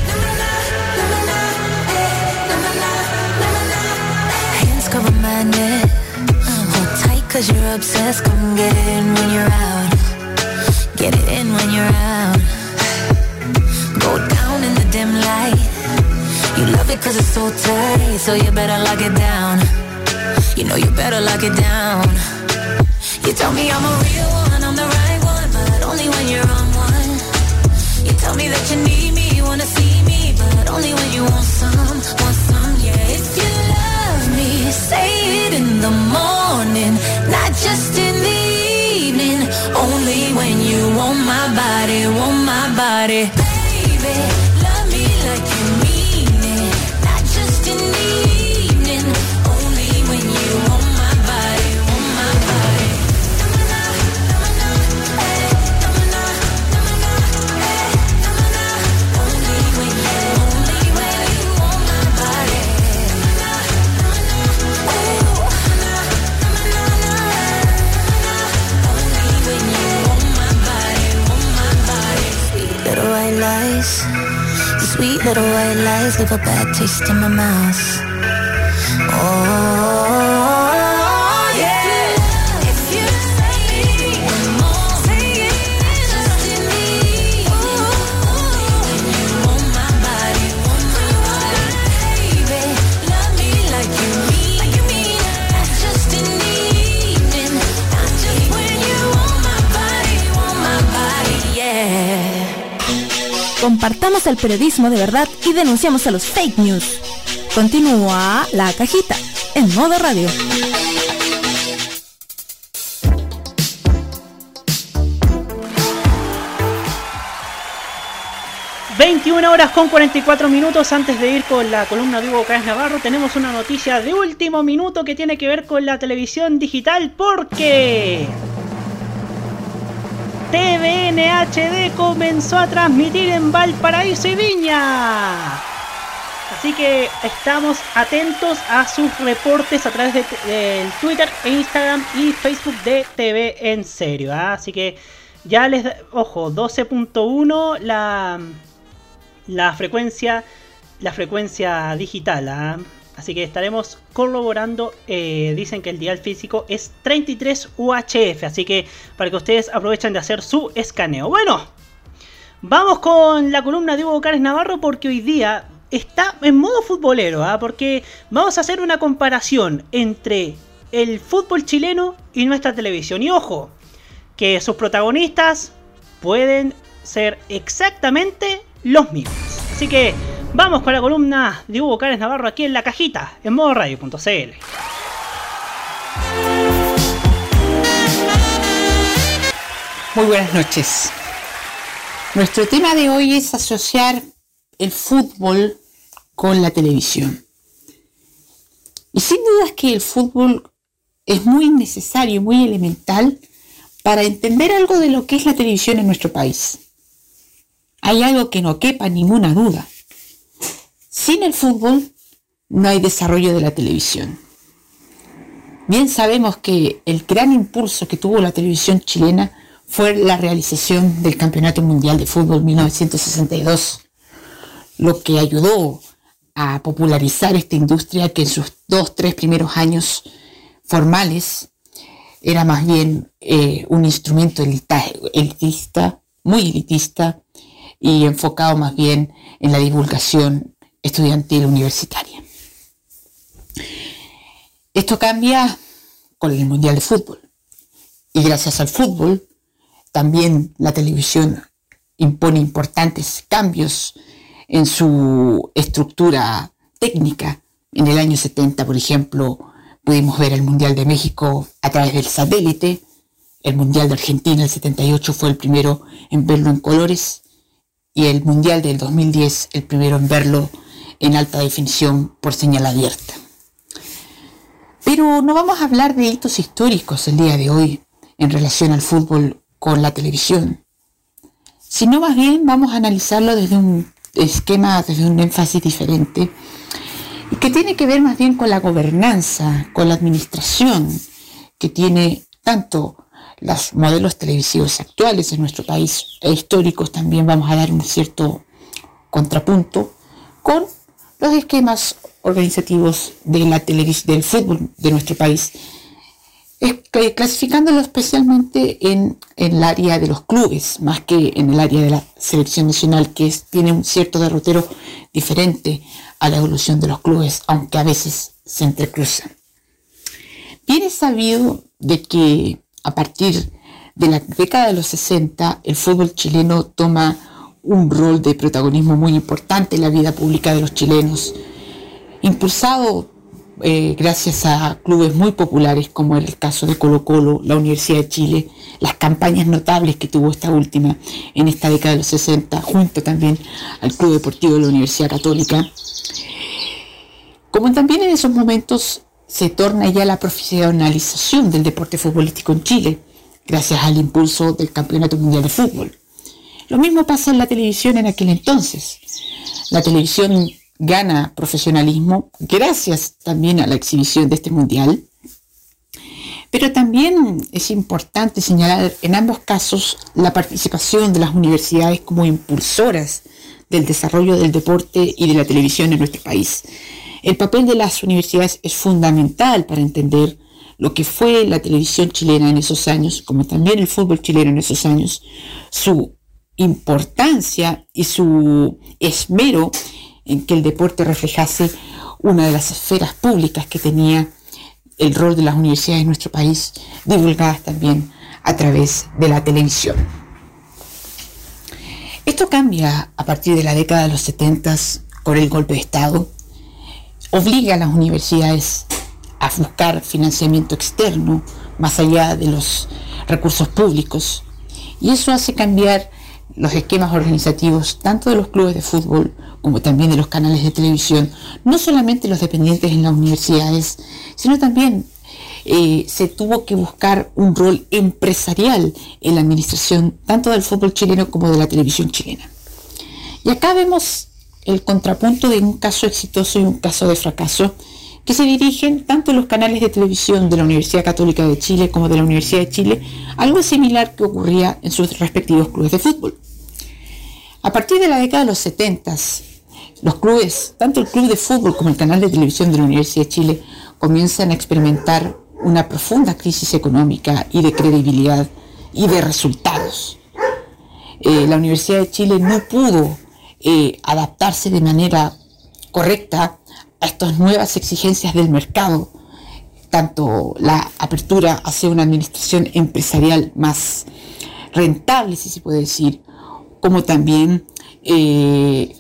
Hands cover my neck, hold tight cause you're obsessed, come get it in when you're out, get it in when you're out. Go down in the dim light, you love it cause it's so tight, so you better lock it down, you know you better lock it down. You tell me I'm a real one, I'm the right one, but only when you're on one. You tell me that you need me, you wanna see me, but only when you want some, want some, yeah. If you love me, say it in the morning, not just in the evening, only when you want my body, want my body. Baby, love me like you mean it, not just in the evening, only when you want my body, want my body. Little white lies, the sweet little white lies leave a bad taste in my mouth. Oh, yeah. If you say it more, say it just in the evening, when you want my body, want my body. Baby, love me like you mean, like you mean, not just in the evening, not just when you want. Compartamos el periodismo de verdad y denunciamos a los fake news. Continúa La Cajita en Modo Radio. veintiuna horas con cuarenta y cuatro minutos. Antes de ir con la columna de Hugo Cáez Navarro, tenemos una noticia de último minuto que tiene que ver con la televisión digital, porque T V N H D comenzó a transmitir en Valparaíso y Viña. Así que estamos atentos a sus reportes a través de, de Twitter, Instagram y Facebook de T V En Serio, ¿eh? Así que ya les da, ojo, doce punto uno la... La frecuencia, la frecuencia digital, ¿eh? Así que estaremos corroborando. Eh, dicen que el dial físico es treinta y tres U H F, así que para que ustedes aprovechen de hacer su escaneo. Bueno, vamos con la columna de Hugo Cáez Navarro, porque hoy día está en modo futbolero, ¿eh? Porque vamos a hacer una comparación entre el fútbol chileno y nuestra televisión. Y ojo, que sus protagonistas pueden ser exactamente los mismos. Así que vamos con la columna de Hugo Cáez Navarro aquí en La Cajita, en modo radio punto c l. Muy buenas noches. Nuestro tema de hoy es asociar el fútbol con la televisión. Y sin duda es que el fútbol es muy necesario, muy elemental para entender algo de lo que es la televisión en nuestro país. Hay algo que no quepa ninguna duda. Sin el fútbol no hay desarrollo de la televisión. Bien sabemos que el gran impulso que tuvo la televisión chilena fue la realización del Campeonato Mundial de Fútbol mil novecientos sesenta y dos, lo que ayudó a popularizar esta industria que en sus dos, tres primeros años formales era más bien eh, un instrumento elita, elitista, muy elitista, y enfocado más bien en la divulgación estudiantil universitaria. Esto cambia con el Mundial de Fútbol, y gracias al fútbol también la televisión impone importantes cambios en su estructura técnica. En el año setenta, por ejemplo, pudimos ver el Mundial de México a través del satélite. El Mundial de Argentina, el setenta y ocho, fue el primero en verlo en colores, y el Mundial del dos mil diez, el primero en verlo en alta definición por señal abierta. Pero no vamos a hablar de hitos históricos el día de hoy en relación al fútbol con la televisión, sino más bien vamos a analizarlo desde un esquema, desde un énfasis diferente, y que tiene que ver más bien con la gobernanza, con la administración que tiene tanto los modelos televisivos actuales en nuestro país e históricos. También vamos a dar un cierto contrapunto con los esquemas organizativos de la televis- del fútbol de nuestro país, clasificándolo especialmente en, en el área de los clubes, más que en el área de la selección nacional, que es, tiene un cierto derrotero diferente a la evolución de los clubes, aunque a veces se entrecruzan. Bien es sabido de que a partir de la década de los sesenta, el fútbol chileno toma un rol de protagonismo muy importante en la vida pública de los chilenos, impulsado eh, gracias a clubes muy populares como el caso de Colo-Colo, la Universidad de Chile, las campañas notables que tuvo esta última en esta década de los sesenta, junto también al Club Deportivo de la Universidad Católica. Como también en esos momentos se torna ya la profesionalización del deporte futbolístico en Chile, gracias al impulso del Campeonato Mundial de Fútbol. Lo mismo pasa en la televisión en aquel entonces. La televisión gana profesionalismo gracias también a la exhibición de este mundial, pero también es importante señalar en ambos casos la participación de las universidades como impulsoras del desarrollo del deporte y de la televisión en nuestro país. El papel de las universidades es fundamental para entender lo que fue la televisión chilena en esos años, como también el fútbol chileno en esos años, su importancia y su esmero en que el deporte reflejase una de las esferas públicas que tenía el rol de las universidades en nuestro país, divulgadas también a través de la televisión. Esto cambia a partir de la década de los setenta con el golpe de Estado, obliga a las universidades a buscar financiamiento externo más allá de los recursos públicos, y eso hace cambiar los esquemas organizativos tanto de los clubes de fútbol como también de los canales de televisión, no solamente los dependientes en las universidades, sino también eh, se tuvo que buscar un rol empresarial en la administración tanto del fútbol chileno como de la televisión chilena. Y acá vemos el contrapunto de un caso exitoso y un caso de fracaso que se dirigen tanto en los canales de televisión de la Universidad Católica de Chile como de la Universidad de Chile, algo similar que ocurría en sus respectivos clubes de fútbol. A partir de la década de los setenta, los clubes, tanto el club de fútbol como el canal de televisión de la Universidad de Chile, comienzan a experimentar una profunda crisis económica y de credibilidad y de resultados. Eh, la Universidad de Chile no pudo eh, adaptarse de manera correcta a estas nuevas exigencias del mercado, tanto la apertura hacia una administración empresarial más rentable, si se puede decir, como también eh,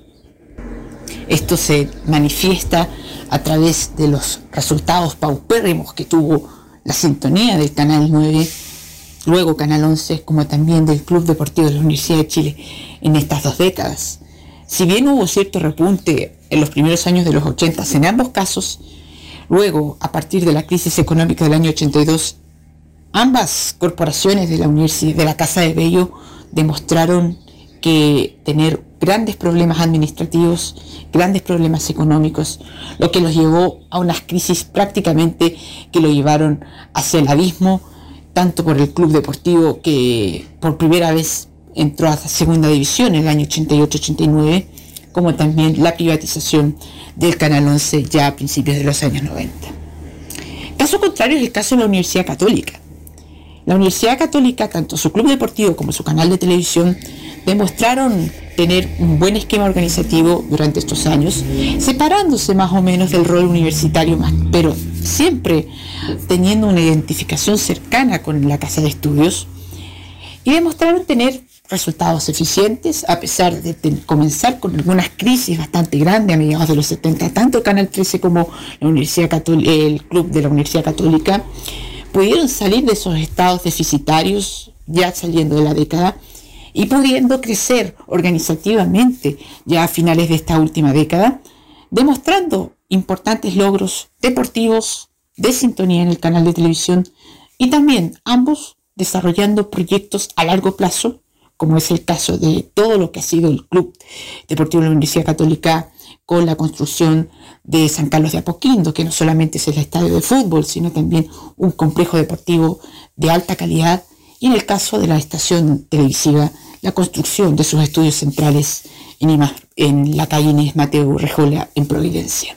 esto se manifiesta a través de los resultados paupérrimos que tuvo la sintonía del Canal nueve, luego Canal once, como también del Club Deportivo de la Universidad de Chile en estas dos décadas. Si bien hubo cierto repunte en los primeros años de los ochenta en ambos casos, luego, a partir de la crisis económica del año ochenta y dos, ambas corporaciones de la universidad, de la Casa de Bello, demostraron que tener grandes problemas administrativos, grandes problemas económicos, lo que los llevó a unas crisis prácticamente que lo llevaron hacia el abismo, tanto por el club deportivo que por primera vez entró a la segunda división en el año ochenta y ocho ochenta y nueve, como también la privatización del Canal once ya a principios de los años noventa. Caso contrario es el caso de la Universidad Católica. La Universidad Católica, tanto su club deportivo como su canal de televisión, demostraron tener un buen esquema organizativo durante estos años, separándose más o menos del rol universitario, más, pero siempre teniendo una identificación cercana con la casa de estudios, y demostraron tener resultados eficientes a pesar de ten, comenzar con algunas crisis bastante grandes a mediados de los setenta. Tanto el Canal trece como la Universidad Católica, el club de la Universidad Católica pudieron salir de esos estados deficitarios ya saliendo de la década y pudiendo crecer organizativamente ya a finales de esta última década, demostrando importantes logros deportivos de sintonía en el canal de televisión y también ambos desarrollando proyectos a largo plazo, como es el caso de todo lo que ha sido el Club Deportivo de la Universidad Católica con la construcción de San Carlos de Apoquindo, que no solamente es el estadio de fútbol, sino también un complejo deportivo de alta calidad, y en el caso de la estación televisiva, la construcción de sus estudios centrales en, Ima, en la calle Inés Mateo Urrejola, en Providencia.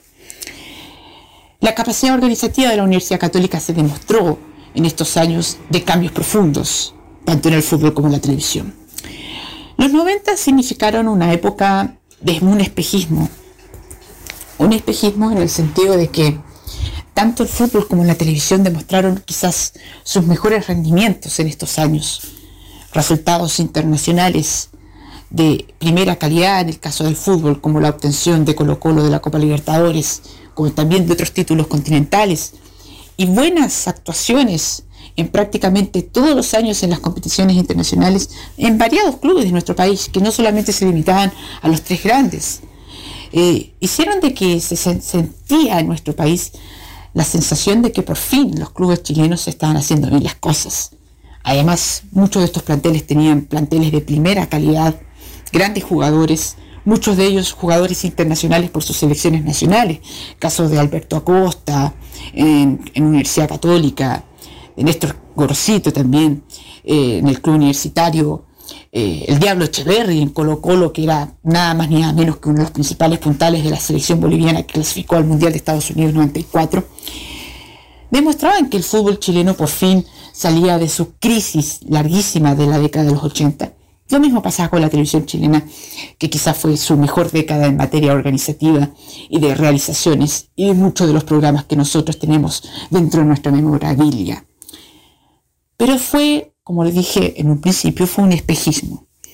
La capacidad organizativa de la Universidad Católica se demostró en estos años de cambios profundos, tanto en el fútbol como en la televisión. Los noventa significaron una época de un espejismo, un espejismo en el sentido de que tanto el fútbol como la televisión demostraron quizás sus mejores rendimientos en estos años, resultados internacionales de primera calidad en el caso del fútbol, como la obtención de Colo-Colo de la Copa Libertadores, como también de otros títulos continentales, y buenas actuaciones en prácticamente todos los años en las competiciones internacionales en variados clubes de nuestro país, que no solamente se limitaban a los tres grandes. Eh, hicieron de que se sentía en nuestro país la sensación de que por fin los clubes chilenos estaban haciendo bien las cosas. Además, muchos de estos planteles tenían planteles de primera calidad, grandes jugadores, muchos de ellos jugadores internacionales por sus selecciones nacionales, casos de Alberto Acosta en, en Universidad Católica, de Néstor Gorosito también, eh, en el club universitario, eh, el Diablo Echeverri en Colo-Colo, que era nada más ni nada menos que uno de los principales puntales de la selección boliviana que clasificó al Mundial de Estados Unidos noventa y cuatro, demostraban que el fútbol chileno por fin salía de su crisis larguísima de la década de los ochenta. Lo mismo pasaba con la televisión chilena, que quizás fue su mejor década en materia organizativa y de realizaciones y de muchos de los programas que nosotros tenemos dentro de nuestra memorabilia. Pero fue, como les dije en un principio, fue un espejismo.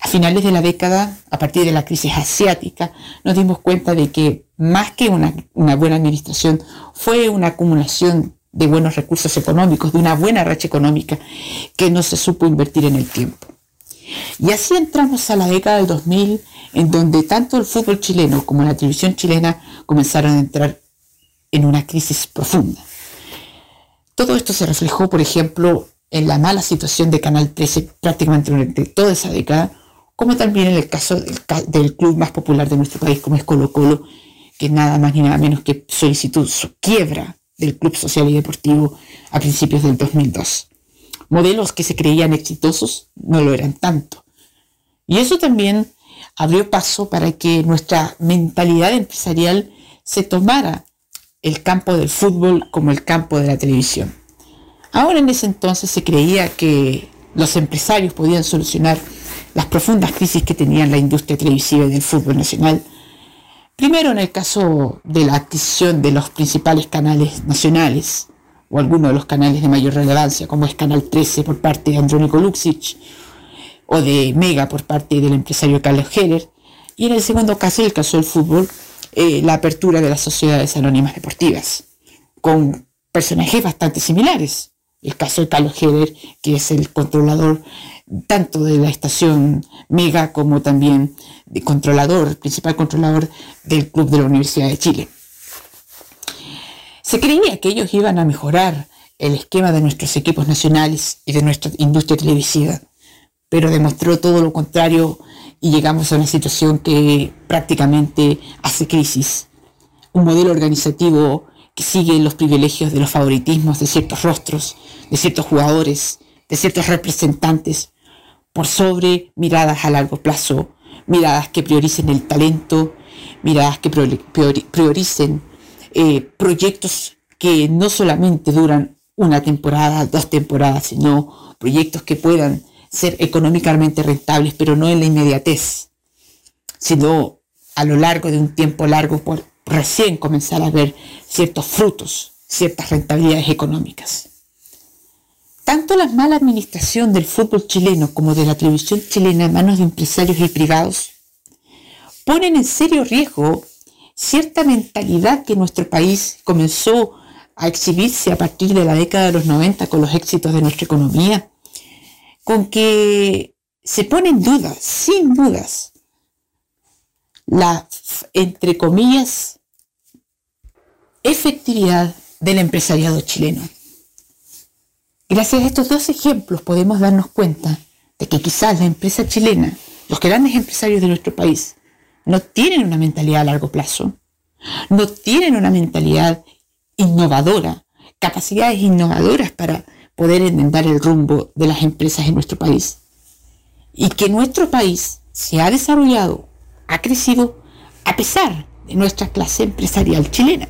A finales de la década, a partir de la crisis asiática, nos dimos cuenta de que más que una, una buena administración, fue una acumulación de buenos recursos económicos, de una buena racha económica que no se supo invertir en el tiempo. Y así entramos a la década del dos mil, en donde tanto el fútbol chileno como la televisión chilena comenzaron a entrar en una crisis profunda. Todo esto se reflejó, por ejemplo, en la mala situación de Canal trece prácticamente durante toda esa década, como también en el caso del, del club más popular de nuestro país, como es Colo-Colo, que nada más ni nada menos que solicitó su quiebra del Club Social y Deportivo a principios del dos mil dos. Modelos que se creían exitosos no lo eran tanto. Y eso también abrió paso para que nuestra mentalidad empresarial se tomara el campo del fútbol como el campo de la televisión. Ahora, en ese entonces se creía que los empresarios podían solucionar las profundas crisis que tenían la industria televisiva y del fútbol nacional. Primero, en el caso de la adquisición de los principales canales nacionales, o algunos de los canales de mayor relevancia, como es Canal trece por parte de Andrónico Luksic, o de Mega por parte del empresario Carlos Heller, y en el segundo caso, el caso del fútbol, eh, la apertura de las sociedades anónimas deportivas, con personajes bastante similares. El caso de Carlos Heller, que es el controlador tanto de la estación Mega como también de controlador, principal controlador del Club de la Universidad de Chile. Se creía que ellos iban a mejorar el esquema de nuestros equipos nacionales y de nuestra industria televisiva, pero demostró todo lo contrario y llegamos a una situación que prácticamente hace crisis. Un modelo organizativo que sigue los privilegios de los favoritismos de ciertos rostros, de ciertos jugadores, de ciertos representantes, por sobre miradas a largo plazo, miradas que prioricen el talento, miradas que prioricen eh, proyectos que no solamente duran una temporada, dos temporadas, sino proyectos que puedan ser económicamente rentables, pero no en la inmediatez, sino a lo largo de un tiempo largo por recién comenzar a ver ciertos frutos, ciertas rentabilidades económicas. Tanto la mala administración del fútbol chileno como de la televisión chilena en manos de empresarios y privados ponen en serio riesgo cierta mentalidad que nuestro país comenzó a exhibirse a partir de la década de los noventa con los éxitos de nuestra economía, con que se pone en duda, sin dudas, la, entre comillas, efectividad del empresariado chileno. Gracias a estos dos ejemplos podemos darnos cuenta de que quizás la empresa chilena, los grandes empresarios de nuestro país, no tienen una mentalidad a largo plazo, no tienen una mentalidad innovadora, capacidades innovadoras para poder enmendar el rumbo de las empresas en nuestro país. Y que nuestro país se ha desarrollado, ha crecido a pesar de nuestra clase empresarial chilena.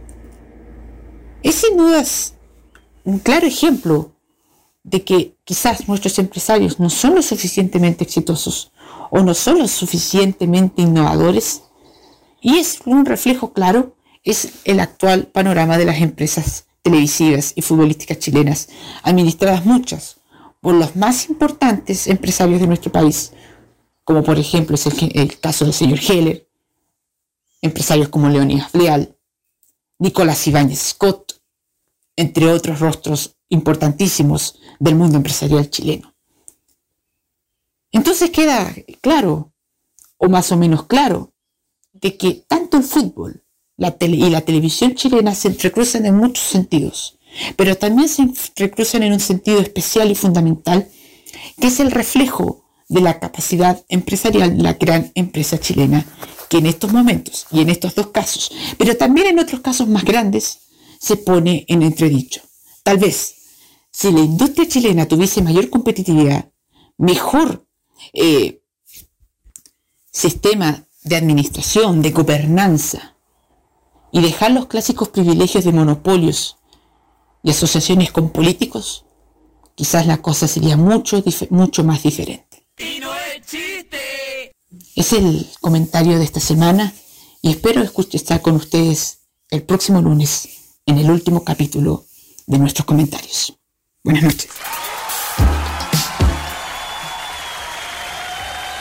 Es sin dudas un claro ejemplo de que quizás nuestros empresarios no son lo suficientemente exitosos o no son lo suficientemente innovadores, y es un reflejo claro, es el actual panorama de las empresas televisivas y futbolísticas chilenas, administradas muchas por los más importantes empresarios de nuestro país, como por ejemplo es el, el caso del señor Heller, empresarios como Leonidas Leal, Nicolás Ibáñez Scott, entre otros rostros importantísimos del mundo empresarial chileno. Entonces queda claro, o más o menos claro, de que tanto el fútbol la tele y la televisión chilena se entrecruzan en muchos sentidos, pero también se entrecruzan en un sentido especial y fundamental, que es el reflejo de la capacidad empresarial de la gran empresa chilena, que en estos momentos, y en estos dos casos, pero también en otros casos más grandes, se pone en entredicho. Tal vez, si la industria chilena tuviese mayor competitividad, mejor eh, sistema de administración, de gobernanza, y dejar los clásicos privilegios de monopolios y asociaciones con políticos, quizás la cosa sería mucho, mucho más diferente. Y no es chiste. Es el comentario de esta semana y espero estar con ustedes el próximo lunes en el último capítulo de nuestros comentarios. Buenas noches.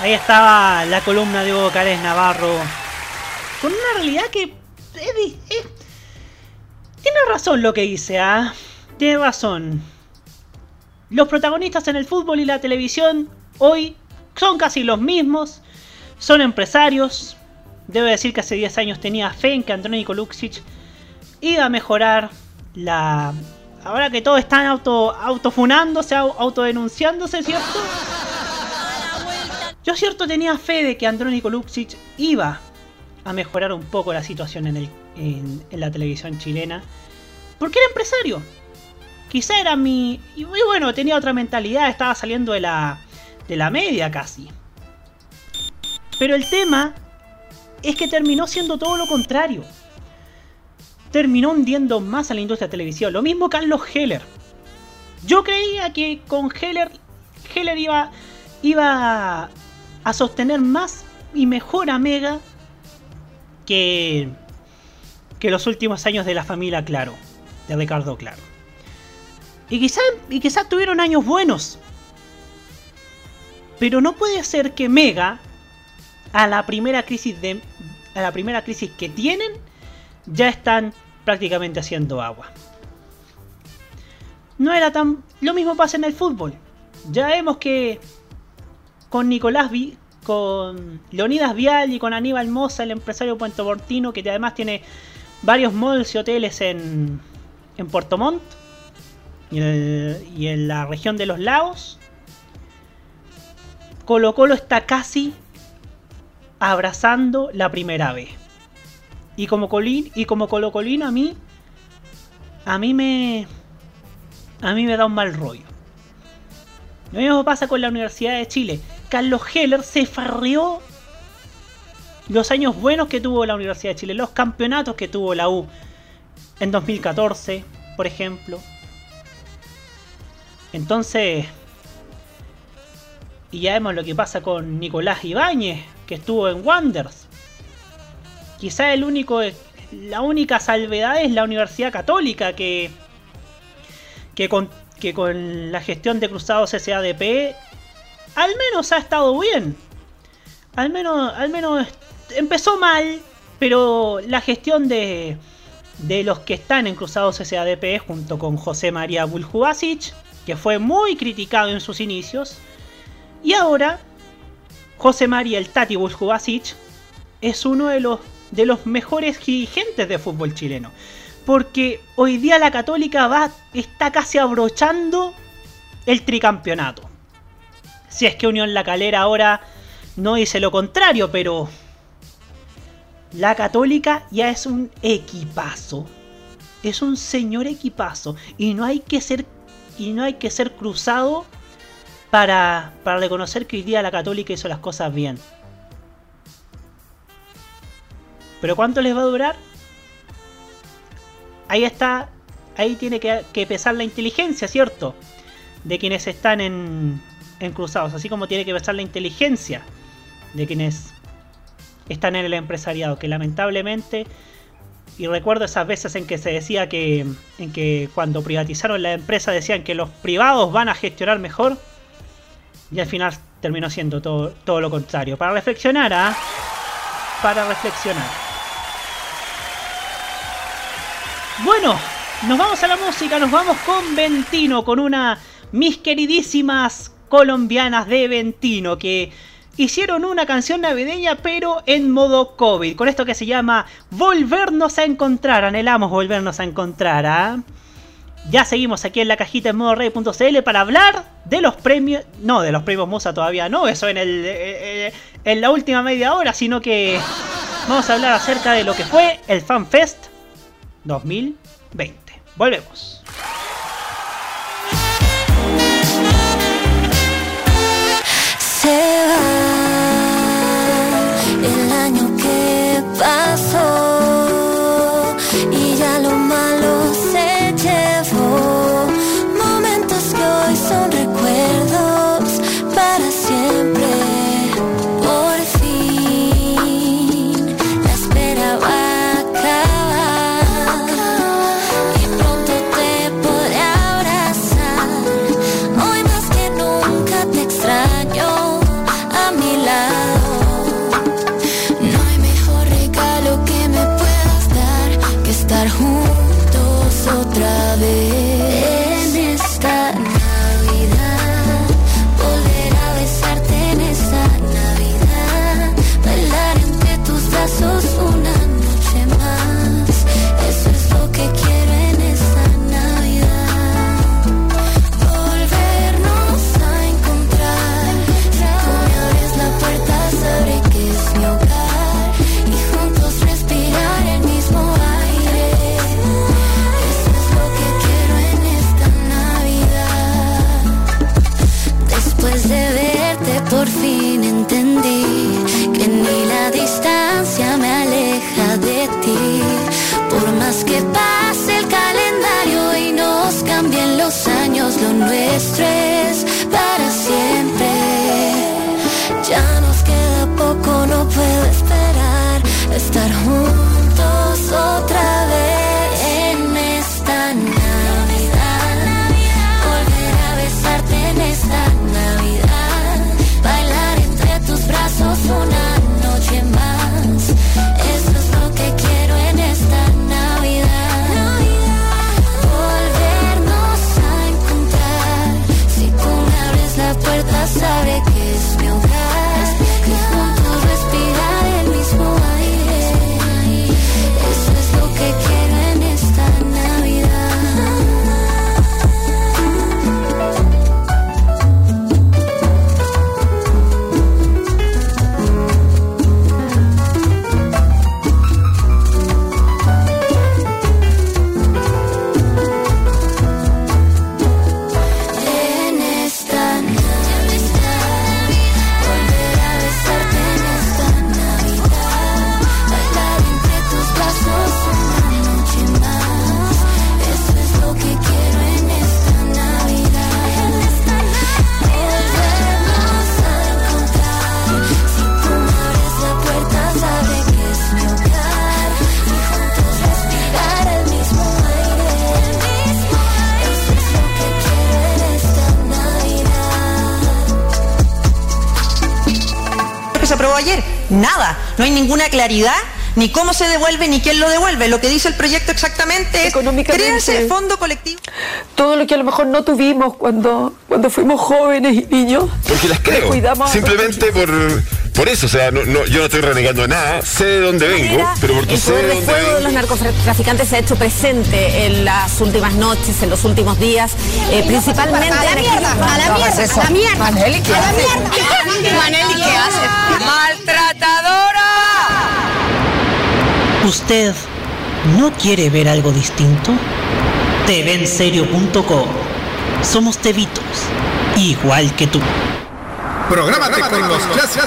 Ahí estaba la columna de Hugo Cárez Navarro, con una realidad que es, es, tiene razón lo que dice, ¿ah? ¿eh? Tiene razón. Los protagonistas en el fútbol y la televisión hoy son casi los mismos, son empresarios. Debo decir que hace diez años tenía fe en que Andrónico Luksic iba a mejorar la... Ahora que todos están auto, autofunándose, autodenunciándose, ¿cierto? Yo cierto tenía fe de que Andrónico Luksic iba a mejorar un poco la situación en, el, en, en la televisión chilena. Porque era empresario. Quizá era mi... Y bueno, tenía otra mentalidad, estaba saliendo de la, de la media casi. Pero el tema es que terminó siendo todo lo contrario. Terminó hundiendo más a la industria televisiva. Lo mismo Carlos Heller. Yo creía que con Heller, Heller iba, iba a sostener más y mejor a Mega que, que los últimos años de la familia Claro, de Ricardo Claro. Y quizá, y quizá tuvieron años buenos. Pero no puede ser que Mega, a la primera crisis de, a la primera crisis que tienen, ya están prácticamente haciendo agua. No era tan... Lo mismo pasa en el fútbol. Ya vemos que con Nicolás Vi, con Leonidas Vial y con Aníbal Mosa, el empresario puentoportino, que además tiene varios malls y hoteles en, en Puerto Montt y en, y en la región de los lagos, Colo Colo está casi abrazando la primera B. Y como colín, y como colocolino a mí, a mí me, a mí me da un mal rollo. Lo mismo pasa con la Universidad de Chile. Carlos Heller se farreó los años buenos que tuvo la Universidad de Chile, los campeonatos que tuvo la U en dos mil catorce, por ejemplo. Entonces, y ya vemos lo que pasa con Nicolás Ibáñez, que estuvo en Wanderers. Quizá el único, la única salvedad es la Universidad Católica, que, que, con, que con la gestión de Cruzados S A D P al menos ha estado bien. Al menos, al menos empezó mal, pero la gestión de, de los que están en Cruzados S A D P, junto con José María Vuljubasic, que fue muy criticado en sus inicios, y ahora José María el Tati Vuljubasic es uno de los de los mejores dirigentes de fútbol chileno, porque hoy día la Católica va está casi abrochando el tricampeonato. Si es que Unión La Calera ahora no dice lo contrario, pero la Católica ya es un equipazo, es un señor equipazo, y no hay que ser y no hay que ser cruzado para para reconocer que hoy día la Católica hizo las cosas bien. ¿Pero cuánto les va a durar? Ahí está, ahí tiene que, que pesar la inteligencia, ¿cierto? De quienes están en, en Cruzados, así como tiene que pesar la inteligencia de quienes están en el empresariado, que lamentablemente, y recuerdo esas veces en que se decía que, en que cuando privatizaron la empresa decían que los privados van a gestionar mejor, y al final terminó siendo todo, todo lo contrario. Para reflexionar, ¿ah? ¿eh? Para reflexionar. Bueno, nos vamos a la música, nos vamos con Ventino, con una mis queridísimas colombianas de Ventino, que hicieron una canción navideña pero en modo COVID, con esto que se llama Volvernos a Encontrar. Anhelamos volvernos a encontrar, ¿eh? Ya seguimos aquí en la cajita en modo rey punto c l para hablar de los premios, no, de los premios Musa todavía no, eso en, el, eh, en la última media hora, sino que vamos a hablar acerca de lo que fue el FanFest dos mil veinte. Volvemos. Se va el año que pasó y ya lo malo se llevó. Momentos que hoy son recuerdos para siempre. Por fin la espera va a acabar y pronto te lo nuestro es para siempre. Ya nos queda poco, no puedo esperar estar juntos otra vez en esta Navidad. Volver a besarte en esta Navidad. Bailar entre tus brazos una noche más. Eso es lo que quiero en esta Navidad. Volvernos a encontrar. Si tú me abres la puerta, sabré que es mi hogar. Y juntos respirar el mismo aire. Eso es lo que quiero en esta Navidad. En esta Navidad, volver a besarte en esta Navidad, bailar entre tus brazos una noche más. Eso es lo que quiero en esta Navidad. Volvernos a encontrar. Si tú me abres la puerta, sabré que es mi hogar. Y juntos respirar el mismo aire. Eso es lo que quiero en esta Navidad. Lo que se aprobó ayer, nada, no hay ninguna claridad ni cómo se devuelve ni quién lo devuelve. Lo que dice el proyecto exactamente es créase fondo colectivo. Todo lo que a lo mejor no tuvimos cuando, cuando fuimos jóvenes y niños. Porque las creo. Cuidamos a Simplemente por, por eso. O sea, no, no, yo no estoy renegando nada. Sé de dónde vengo, pero porque El sé poder de de dónde fuego vengo. de los narcotraficantes se ha hecho presente en las últimas noches, en los últimos días, eh, principalmente A la en mierda, aquellos- a la No, mierda, es eso. a la mierda. Maneli, ¿qué A la haces? mierda. Maneli, ¿qué haces? ¡Maltratadora! ¿Usted no quiere ver algo distinto? te ve en serio punto com. Somos tevitos, igual que tú. Prográmate con los clásicos.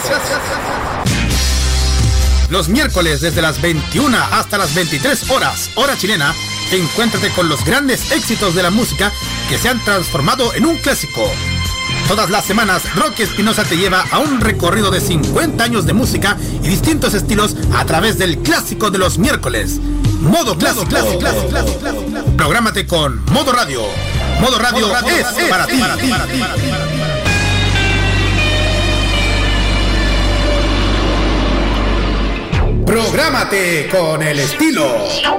Los miércoles desde las veintiuna hasta las veintitrés horas, hora chilena, encuéntrate con los grandes éxitos de la música que se han transformado en un clásico. Todas las semanas, Rocky Espinosa te lleva a un recorrido de cincuenta años de música y distintos estilos a través del clásico de los miércoles. Modo clásico, clásico, clásico, clásico, clásico. Prográmate con Modo Radio. Modo Radio, Modo Radio es, es para ti. Para ti, para ti, para ti. Prográmate con el estilo.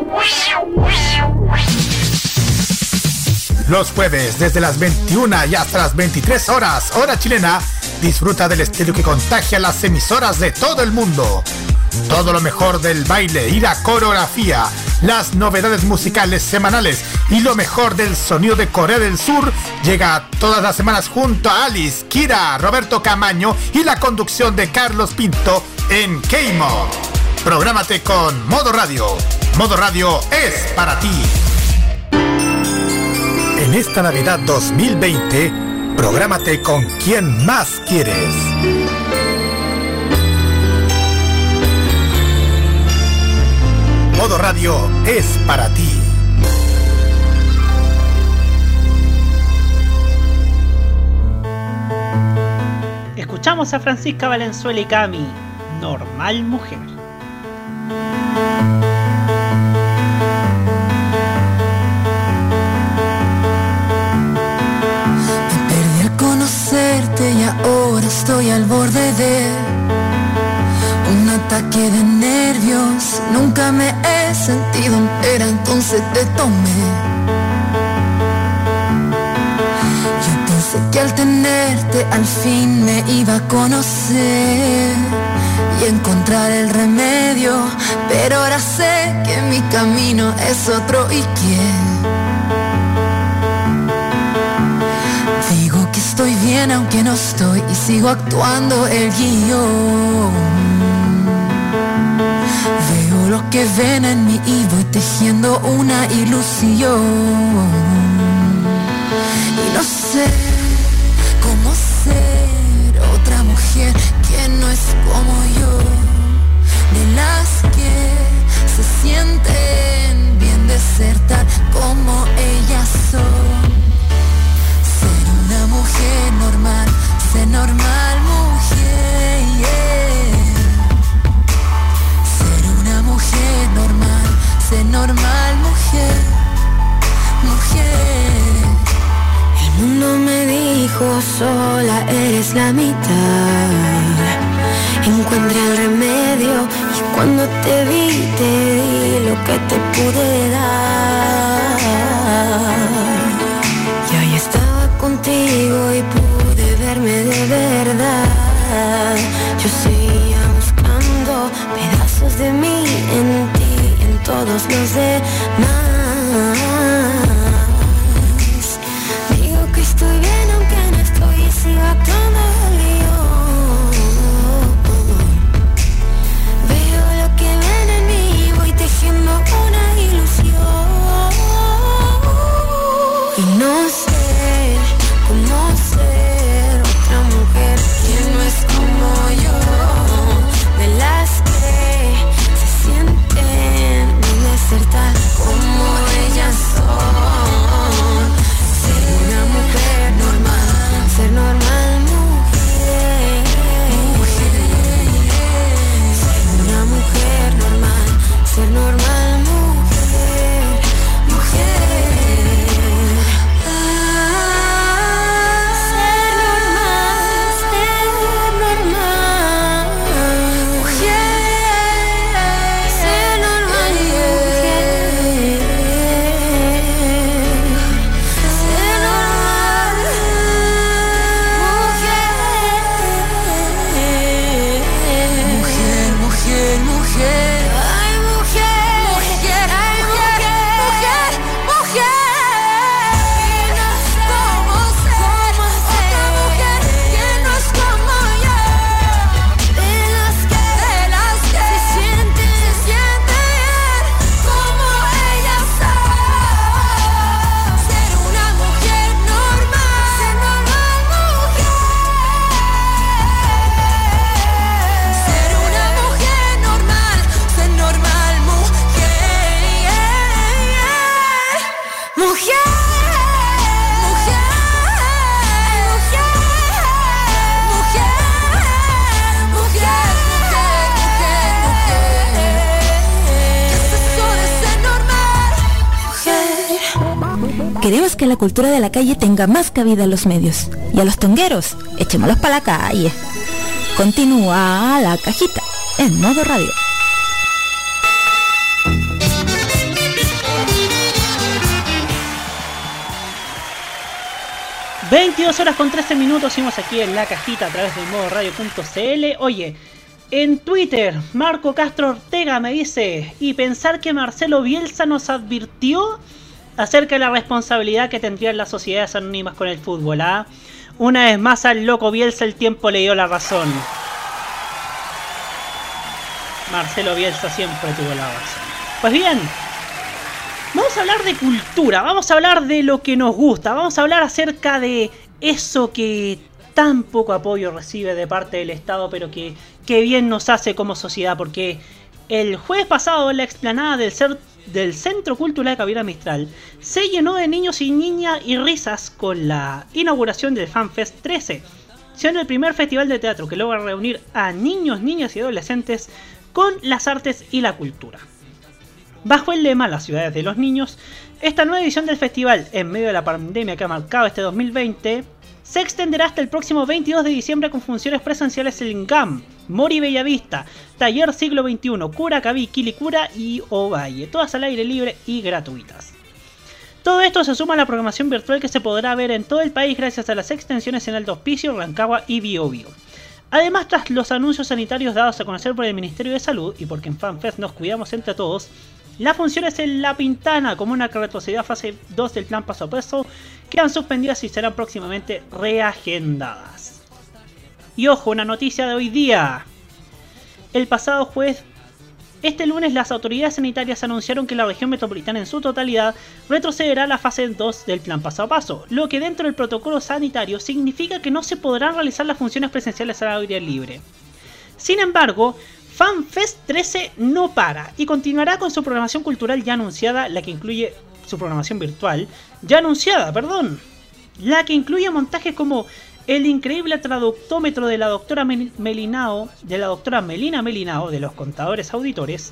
Los jueves desde las veintiuna y hasta las veintitrés horas, hora chilena, disfruta del estilo que contagia las emisoras de todo el mundo. Todo lo mejor del baile y la coreografía, las novedades musicales semanales y lo mejor del sonido de Corea del Sur llega todas las semanas junto a Alice, Kira, Roberto Camaño y la conducción de Carlos Pinto en K-Mod. Prográmate con Modo Radio. Modo Radio es para ti. En esta Navidad dos mil veinte, prográmate con quien más quieres. Modo Radio es para ti. Escuchamos a Francisca Valenzuela y Cami, Normal Mujer. Me perdí al conocerte y ahora estoy al borde de un ataque de nervios. Nunca me he sentido entera, entonces te tomé. Yo pensé que al tenerte al fin me iba a conocer y encontrar el remedio, pero ahora sé que mi camino es otro y que digo que estoy bien aunque no estoy y sigo actuando el guión. Veo lo que ven en mí y voy tejiendo una ilusión. Y no sé cómo ser otra mujer que no es como yo, de las que se sienten bien de ser tal como ellas son. dijo sola eres la mitad. Encuentra el remedio y cuando te vi te di lo que te pude dar. Y hoy estaba contigo y pude verme de verdad. Yo seguía buscando pedazos de mí en ti y en todos los demás. Digo que estoy bien aunque no estoy y sigo actuando lío. Veo lo que ven en mí y voy tejiendo una ilusión. Y no sé cómo ser otra mujer que no es como yo, de las que se sienten bien ser tal como ellas son. Ser una mujer normal, ser normal mujer, ser una mujer normal, ser normal mujer, mujer. Queremos que la cultura de la calle tenga más cabida en los medios. Y a los tongueros, echémoslos para la calle. Continúa La Cajita en modo radio. veintidós horas con trece minutos, seguimos aquí en La Cajita a través del modo radio punto c l. Oye, en Twitter, Marco Castro Ortega me dice: y pensar que Marcelo Bielsa nos advirtió acerca de la responsabilidad que tendrían las sociedades anónimas con el fútbol, ¿ah? Una vez más al loco Bielsa el tiempo le dio la razón. Marcelo Bielsa siempre tuvo la razón. Pues bien, vamos a hablar de cultura, vamos a hablar de lo que nos gusta, vamos a hablar acerca de eso que tan poco apoyo recibe de parte del Estado, pero que, que bien nos hace como sociedad, porque el jueves pasado en la explanada del ser del Centro Cultural Gabriela Mistral se llenó de niños y niñas y risas con la inauguración del FanFest trece, siendo el primer festival de teatro que logra reunir a niños, niñas y adolescentes con las artes y la cultura. Bajo el lema Las ciudades de los niños, esta nueva edición del festival, en medio de la pandemia que ha marcado este dos mil veinte, se extenderá hasta el próximo veintidós de diciembre con funciones presenciales en G A M, Mori Bellavista, Taller Siglo veintiuno, Curacaví, Quilicura y Ovalle, todas al aire libre y gratuitas. Todo esto se suma a la programación virtual que se podrá ver en todo el país gracias a las extensiones en Alto Hospicio, Rancagua y Biobío. Además, tras los anuncios sanitarios dados a conocer por el Ministerio de Salud y porque en FanFest nos cuidamos entre todos, las funciones en La Pintana, comuna que retrocedió a fase dos del plan paso a paso, quedan suspendidas y serán próximamente reagendadas. Y ojo, una noticia de hoy día. El pasado jueves, este lunes, las autoridades sanitarias anunciaron que la región metropolitana en su totalidad retrocederá a la fase dos del plan paso a paso, lo que dentro del protocolo sanitario significa que no se podrán realizar las funciones presenciales al aire libre. Sin embargo, FanFest trece no para y continuará con su programación cultural ya anunciada, la que incluye su programación virtual, ya anunciada, perdón, la que incluye montajes como el increíble traductómetro de la doctora Melinao, de la doctora Melina Melinao de los contadores auditores,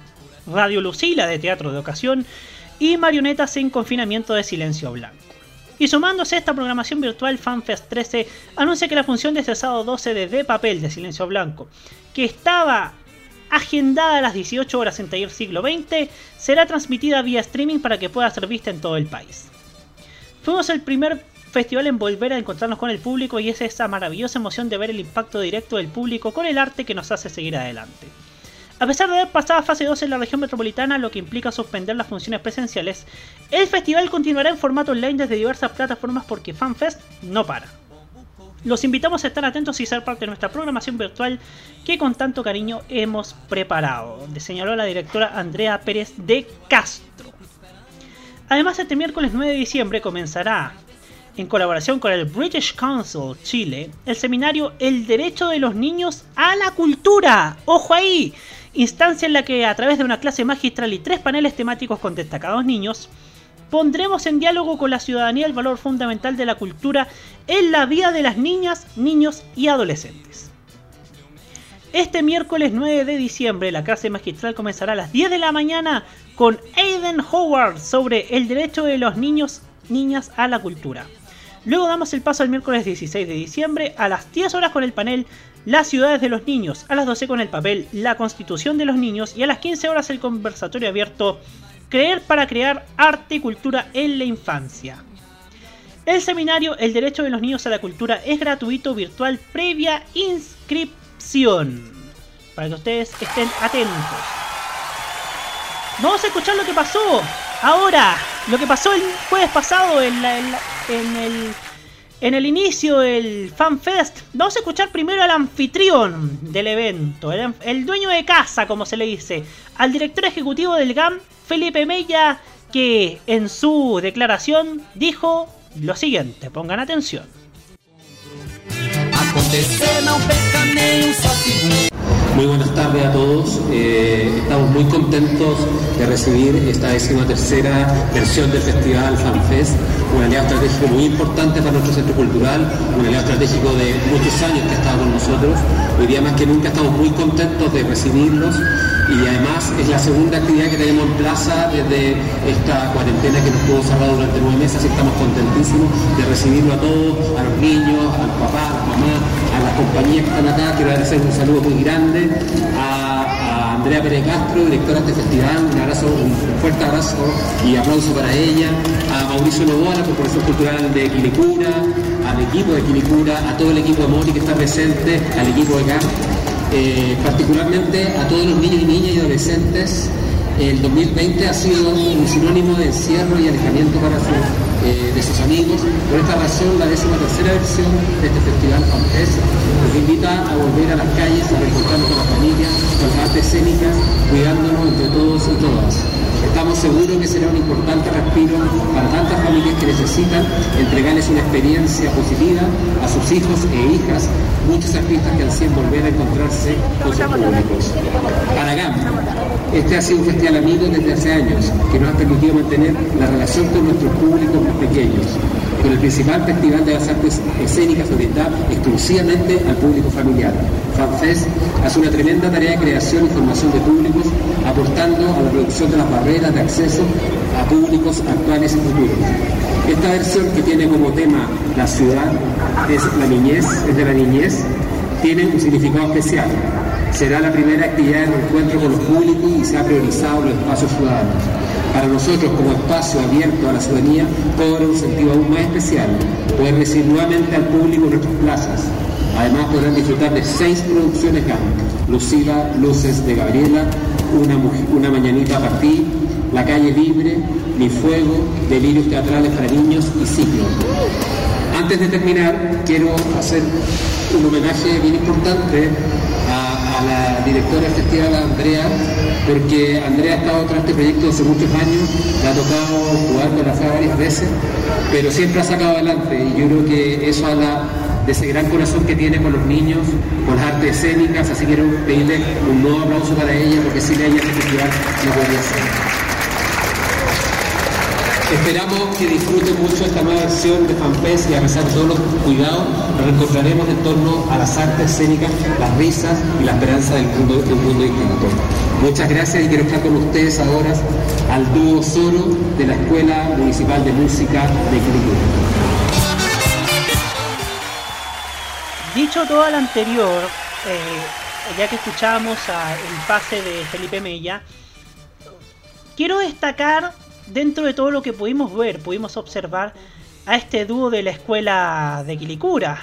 Radio Lucila de teatro de ocasión y marionetas en confinamiento de Silencio Blanco. Y sumándose a esta programación virtual, FanFest trece anuncia que la función de este sábado doce de De Papel de Silencio Blanco, que estaba agendada a las dieciocho horas en Taller Siglo veinte, será transmitida vía streaming para que pueda ser vista en todo el país. Fuimos el primer festival en volver a encontrarnos con el público y es esa maravillosa emoción de ver el impacto directo del público con el arte que nos hace seguir adelante. A pesar de haber pasado a fase dos en la región metropolitana, lo que implica suspender las funciones presenciales, el festival continuará en formato online desde diversas plataformas porque FanFest no para. Los invitamos a estar atentos y ser parte de nuestra programación virtual que con tanto cariño hemos preparado, señaló la directora Andrea Pérez de Castro. Además, este miércoles nueve de diciembre comenzará, en colaboración con el British Council Chile, el seminario El Derecho de los Niños a la Cultura. ¡Ojo ahí! Instancia en la que, a través de una clase magistral y tres paneles temáticos con destacados niños, pondremos en diálogo con la ciudadanía el valor fundamental de la cultura en la vida de las niñas, niños y adolescentes. Este miércoles nueve de diciembre la clase magistral comenzará a las diez de la mañana con Aiden Howard sobre el derecho de los niños, niñas a la cultura. Luego damos el paso al miércoles dieciséis de diciembre a las diez horas con el panel Las ciudades de los niños, a las doce con el papel La constitución de los niños y a las quince horas el conversatorio abierto Creer para crear arte y cultura en la infancia. El seminario El Derecho de los Niños a la Cultura es gratuito, virtual, previa inscripción. Para que ustedes estén atentos. Vamos a escuchar lo que pasó ahora, lo que pasó el jueves pasado en, la, en, la, en, el, en el inicio del FanFest. Vamos a escuchar primero al anfitrión del evento, el, el dueño de casa, como se le dice, al director ejecutivo del G A M, Felipe Mella, que en su declaración dijo lo siguiente, pongan atención. Muy buenas tardes a todos, eh, estamos muy contentos de recibir esta décima tercera versión del Festival FanFest, un aliado estratégico muy importante para nuestro centro cultural, un aliado estratégico de muchos años que ha estado con nosotros. Hoy día más que nunca estamos muy contentos de recibirlos y además es la segunda actividad que tenemos en plaza desde esta cuarentena que nos pudo cerrar durante nueve meses y estamos contentísimos de recibirlo a todos, a los niños, al papá, a la mamá, a las compañías que están acá. Quiero agradecer un saludo muy grande a, a Andrea Pérez Castro, directora de este festival, un abrazo, un fuerte abrazo y aplauso para ella, a Mauricio Novoa, la Corporación Cultural de Quilicura, al equipo de Quilicura, a todo el equipo de Mori que está presente, al equipo de C A M, eh, particularmente a todos los niños y niñas y adolescentes. El dos mil veinte ha sido un sinónimo de encierro y alejamiento para su, eh, de sus amigos. Por esta razón, la décima tercera versión de este festival FanFest nos invita a volver a las calles, a reencontrarnos con las familias, con las artes escénicas, cuidándonos entre todos y todas. Estamos seguros que será un importante respiro para tantas familias que necesitan entregarles una experiencia positiva a sus hijos e hijas, muchos artistas que ansían volver a encontrarse con sus públicos. Para G A M, este ha sido un festival amigo desde hace años, que nos ha permitido mantener la relación con nuestros públicos más pequeños, con el principal festival de las artes escénicas orientado exclusivamente al público familiar. FanFest hace una tremenda tarea de creación y formación de públicos, aportando a la reducción de las barreras de acceso a públicos actuales y futuros. Esta versión, que tiene como tema la ciudad, es la niñez, es de la niñez, tiene un significado especial. Será la primera actividad de encuentro con los públicos y se ha priorizado los espacios ciudadanos. Para nosotros, como espacio abierto a la ciudadanía, cobra un sentido aún más especial, poder recibir nuevamente al público en nuestras plazas. Además podrán disfrutar de seis producciones G A M: Lucila, Luces de Gabriela, Una, una Mañanita para ti, La Calle Libre, Mi Fuego, Delirios Teatrales para Niños y Ciclo. Antes de terminar, quiero hacer un homenaje bien importante a, a la directora del festival, Andrea, porque Andrea ha estado tras este proyecto hace muchos años, le ha tocado jugar con la F A varias veces, pero siempre ha sacado adelante, y yo creo que eso habla de ese gran corazón que tiene con los niños, con las artes escénicas, así que quiero pedirle un nuevo aplauso para ella, porque sin ella este festival no podría ser. Esperamos que disfruten mucho esta nueva versión de FanFest y a pesar de todos los cuidados, nos reencontraremos en torno a las artes escénicas, las risas y la esperanza del mundo, de un mundo distinto. Muchas gracias y quiero estar con ustedes ahora al dúo Soro de la Escuela Municipal de Música de Quilicura. Dicho todo lo anterior, eh, ya que escuchábamos a el pase de Felipe Mella, quiero destacar dentro de todo lo que pudimos ver, pudimos observar a este dúo de la Escuela de Quilicura.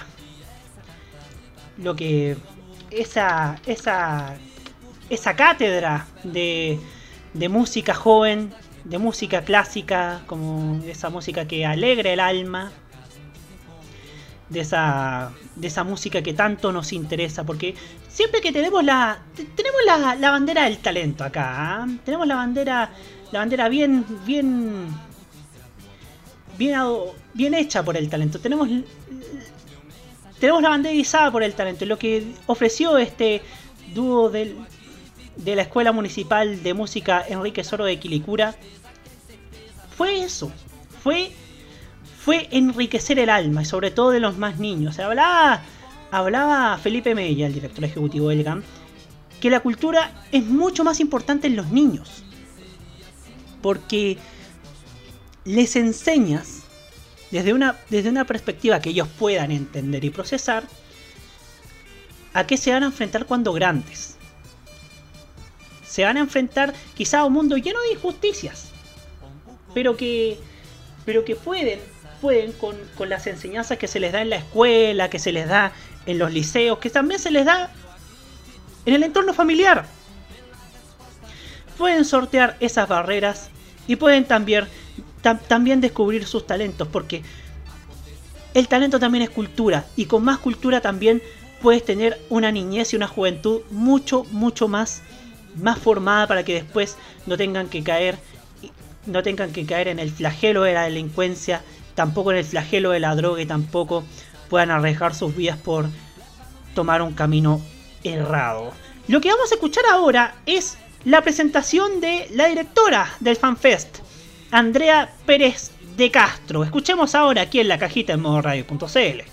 Lo que esa esa esa cátedra de, de música joven, de música clásica, como esa música que alegra el alma, de esa de esa música que tanto nos interesa, porque siempre que tenemos la tenemos la, la bandera del talento acá, ¿eh? Tenemos la bandera la bandera bien bien bien bien hecha por el talento. Tenemos tenemos la bandera izada por el talento. Lo que ofreció este dúo del de la Escuela Municipal de Música Enrique Soro de Quilicura fue eso, fue fue enriquecer el alma, y sobre todo de los más niños. Hablaba, hablaba Felipe Mella, el director ejecutivo del G A M, que la cultura es mucho más importante en los niños, porque les enseñas desde una, desde una perspectiva que ellos puedan entender y procesar a qué se van a enfrentar cuando grandes. Se van a enfrentar quizá a un mundo lleno de injusticias, pero que, pero que pueden, pueden con, con las enseñanzas que se les da en la escuela, que se les da en los liceos, que también se les da en el entorno familiar. Pueden sortear esas barreras y pueden también, tam, también descubrir sus talentos, porque el talento también es cultura, y con más cultura también puedes tener una niñez y una juventud mucho, mucho más más formada, para que después no tengan que caer no tengan que caer en el flagelo de la delincuencia, tampoco en el flagelo de la droga, y tampoco puedan arriesgar sus vidas por tomar un camino errado. Lo que vamos a escuchar ahora es la presentación de la directora del FanFest, Andrea Pérez de Castro. Escuchemos ahora aquí en la cajita en modo radio punto c l.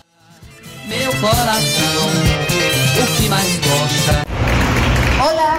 Hola.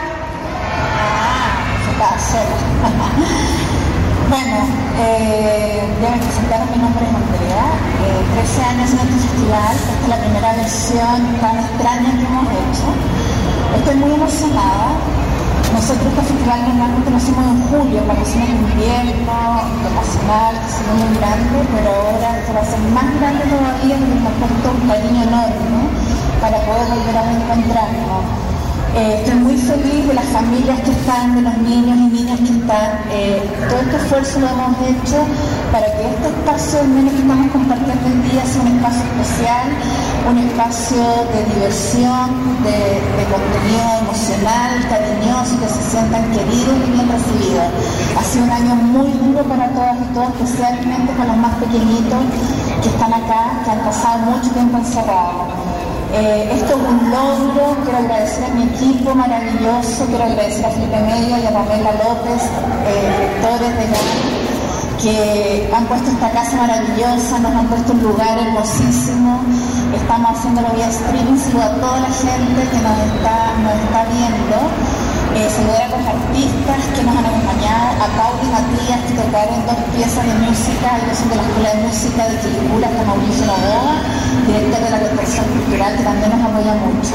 Ah, se está sola. Bueno, eh, ya me presentaron, mi nombre es Andrea, eh, trece años en este festival. Esta es la primera versión tan extraña que hemos hecho. Estoy muy emocionada. Nosotros este festival normalmente lo hacemos en julio, para que sea en invierno, internacional, que sea muy grande, pero ahora esto va a ser más grande todavía, porque nos ha puesto un cariño enorme para poder volver a reencontrarnos. Eh, estoy muy feliz de las familias que están, de los niños y niñas que están. Eh, todo este esfuerzo lo hemos hecho para que este espacio, al menos que estamos compartiendo hoy día, sea un espacio especial, un espacio de diversión, de, de contenido emocional, cariñoso, que se sientan queridos y bien recibidos. Ha sido un año muy duro para todas y todos, especialmente con los más pequeñitos que están acá, que han pasado mucho tiempo encerrados. Eh, esto es un logro. Quiero agradecer a mi equipo maravilloso, quiero agradecer a Felipe Mella y a Pamela López, eh, directores de G A M, que han puesto esta casa maravillosa, nos han puesto un lugar hermosísimo. Estamos haciéndolo vía streaming. Saludo a toda la gente que nos está, nos está viendo. Eh, saludar a los artistas que nos han acompañado, a Pauli y Matías, que tocaron dos piezas de música. Ellos son de la Escuela de Música de Quilicura, a Mauricio Novoa, director de la Corporación Cultural, que también nos apoya mucho.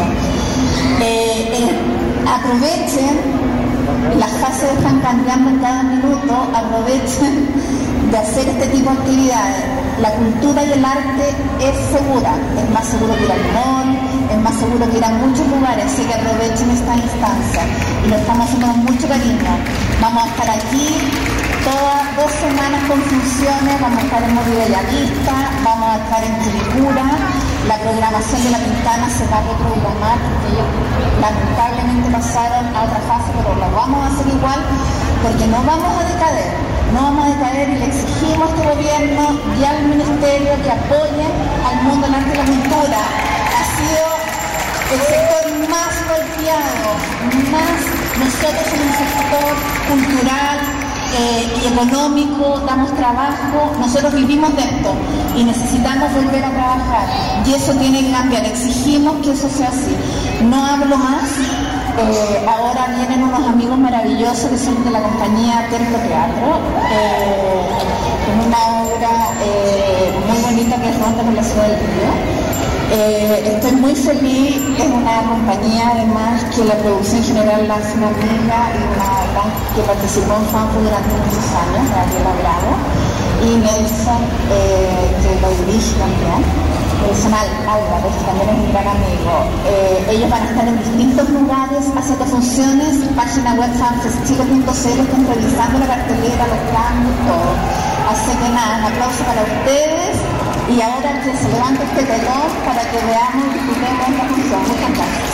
Eh, eh, aprovechen, las fases están cambiando en cada minuto, aprovechen de hacer este tipo de actividades. La cultura y el arte es segura, es más seguro que ir al mall, es más seguro que ir a muchos lugares, así que aprovechen esta instancia y lo estamos haciendo con mucho cariño. Vamos a estar aquí todas dos semanas con funciones, vamos a estar en Modo Bellavista, vamos a estar en Quilicura. La programación de La Pintana se va a reprogramar porque ellos lamentablemente pasaron a otra fase, pero lo vamos a hacer igual porque no vamos a decader, no vamos a decader, y le exigimos a este gobierno y al ministerio que apoyen al mundo del arte y la cultura. Ha sido el sector más golpeado, más nosotros somos un sector cultural Eh, y económico, damos trabajo, nosotros vivimos de esto y necesitamos volver a trabajar, y eso tiene que cambiar. Exigimos que eso sea así. No hablo más, Eh, ahora vienen unos amigos maravillosos que son de la compañía Templo Teatro, eh, con una obra eh, muy bonita que es Ronda por la Ciudad del Río. Eh, estoy muy feliz, es una compañía además que la producción general la hace una amiga y una gran que participó en Fanfo durante muchos años, Gabriela Bravo, y Nelson, eh, que lo dirige también, Nelson Álvarez, que también es un gran amigo. Eh, ellos van a estar en distintos lugares haciendo funciones, página web fanfestchile punto c l, están revisando la cartelera, los cambios, todo. Así que nada, un aplauso para ustedes. Y ahora que se levanta este telón para que veamos y disfrutemos esta función. Muchas gracias.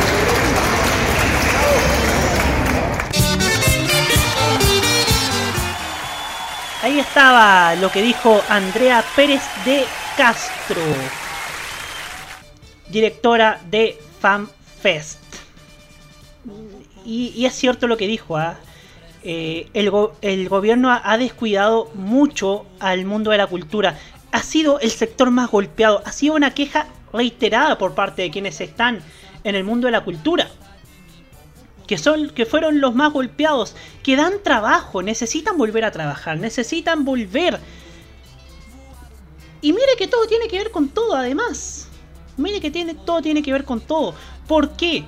Ahí estaba lo que dijo Andrea Pérez de Castro, directora de FanFest. Y, y es cierto lo que dijo, ¿eh? Eh, el, go el gobierno ha, ha descuidado mucho al mundo de la cultura. Ha sido el sector más golpeado. Ha sido una queja reiterada por parte de quienes están en el mundo de la cultura. Que, son, que fueron los más golpeados. Que dan trabajo. Necesitan volver a trabajar. Necesitan volver. Y mire que todo tiene que ver con todo además. Mire que tiene, todo tiene que ver con todo. ¿Por qué?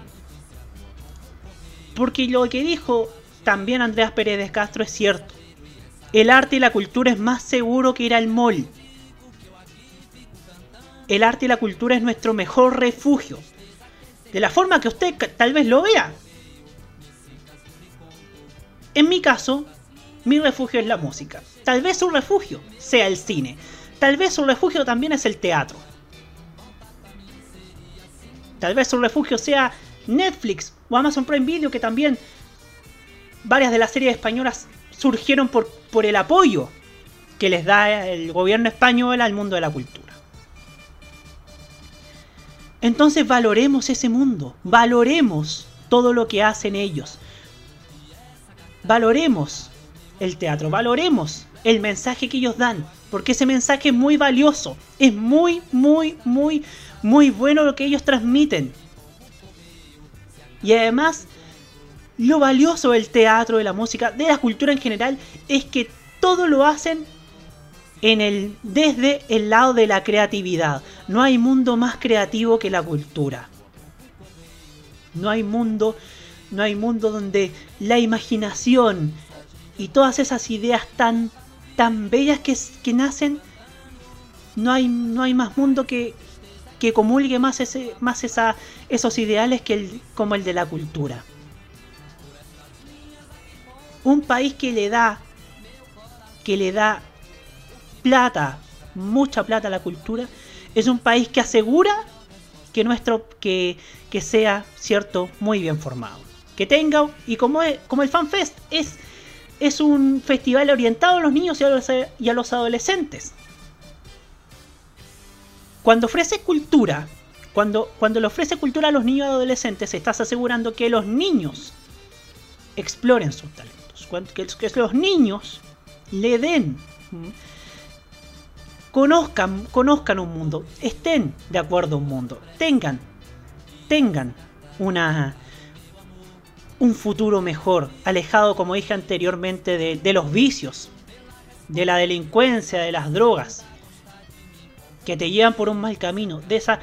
Porque lo que dijo también Andrea Pérez de Castro es cierto. El arte y la cultura es más seguro que ir al mall. El arte y la cultura es nuestro mejor refugio. De la forma que usted tal vez lo vea. En mi caso, mi refugio es la música. Tal vez su refugio sea el cine. Tal vez su refugio también es el teatro. Tal vez su refugio sea Netflix o Amazon Prime Video, que también varias de las series españolas surgieron por, por el apoyo que les da el gobierno español al mundo de la cultura. Entonces valoremos ese mundo, valoremos todo lo que hacen ellos, valoremos el teatro, valoremos el mensaje que ellos dan, porque ese mensaje es muy valioso, es muy, muy, muy, muy bueno lo que ellos transmiten. Y además, lo valioso del teatro, de la música, de la cultura en general, es que todo lo hacen en el, desde el lado de la creatividad. No hay mundo más creativo que la cultura. No hay mundo, no hay mundo donde la imaginación y todas esas ideas tan, tan bellas que, que nacen, no hay, no hay más mundo que, que comulgue más, ese, más esa, esos ideales que el, como el de la cultura. Un país que le da, que le da plata, mucha plata a la cultura, es un país que asegura que nuestro que, que sea, cierto, muy bien formado, que tenga, y como es, como el FanFest es es un festival orientado a los niños y a los, y a los adolescentes. Cuando ofrece cultura, cuando cuando le ofrece cultura a los niños y adolescentes, estás asegurando que los niños exploren sus talentos, que, que los niños le den, conozcan, conozcan un mundo, estén de acuerdo a un mundo, tengan, tengan una, un futuro mejor, alejado, como dije anteriormente, de, de los vicios, de la delincuencia, de las drogas, que te llevan por un mal camino, de, esa,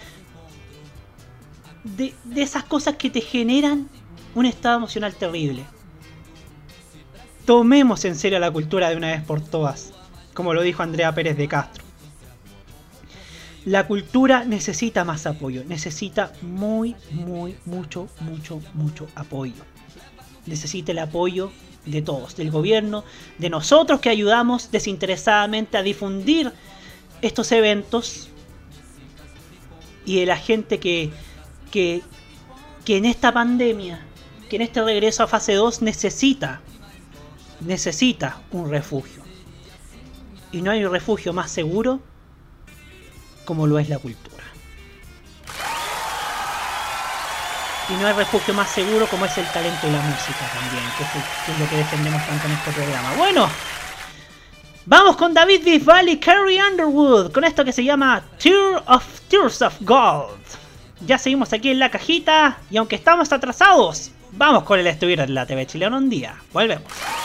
de, de esas cosas que te generan un estado emocional terrible. Tomemos en serio la cultura de una vez por todas, como lo dijo Andrea Pérez de Castro. La cultura necesita más apoyo, necesita muy, muy, mucho, mucho, mucho apoyo. Necesita el apoyo de todos, del gobierno, de nosotros que ayudamos desinteresadamente a difundir estos eventos, y de la gente que, que, que en esta pandemia, que en este regreso a fase dos necesita, necesita un refugio. Y no hay un refugio más seguro como lo es la cultura. Y no hay refugio más seguro como es el talento y la música también, que es, el, que es lo que defendemos tanto en este programa. Bueno, vamos con David Bisbal y Carrie Underwood, con esto que se llama Tear of Tears of Gold. Ya seguimos aquí en la cajita, y aunque estamos atrasados, Vamos con el estuvieron en la T V chilena un día. Volvemos.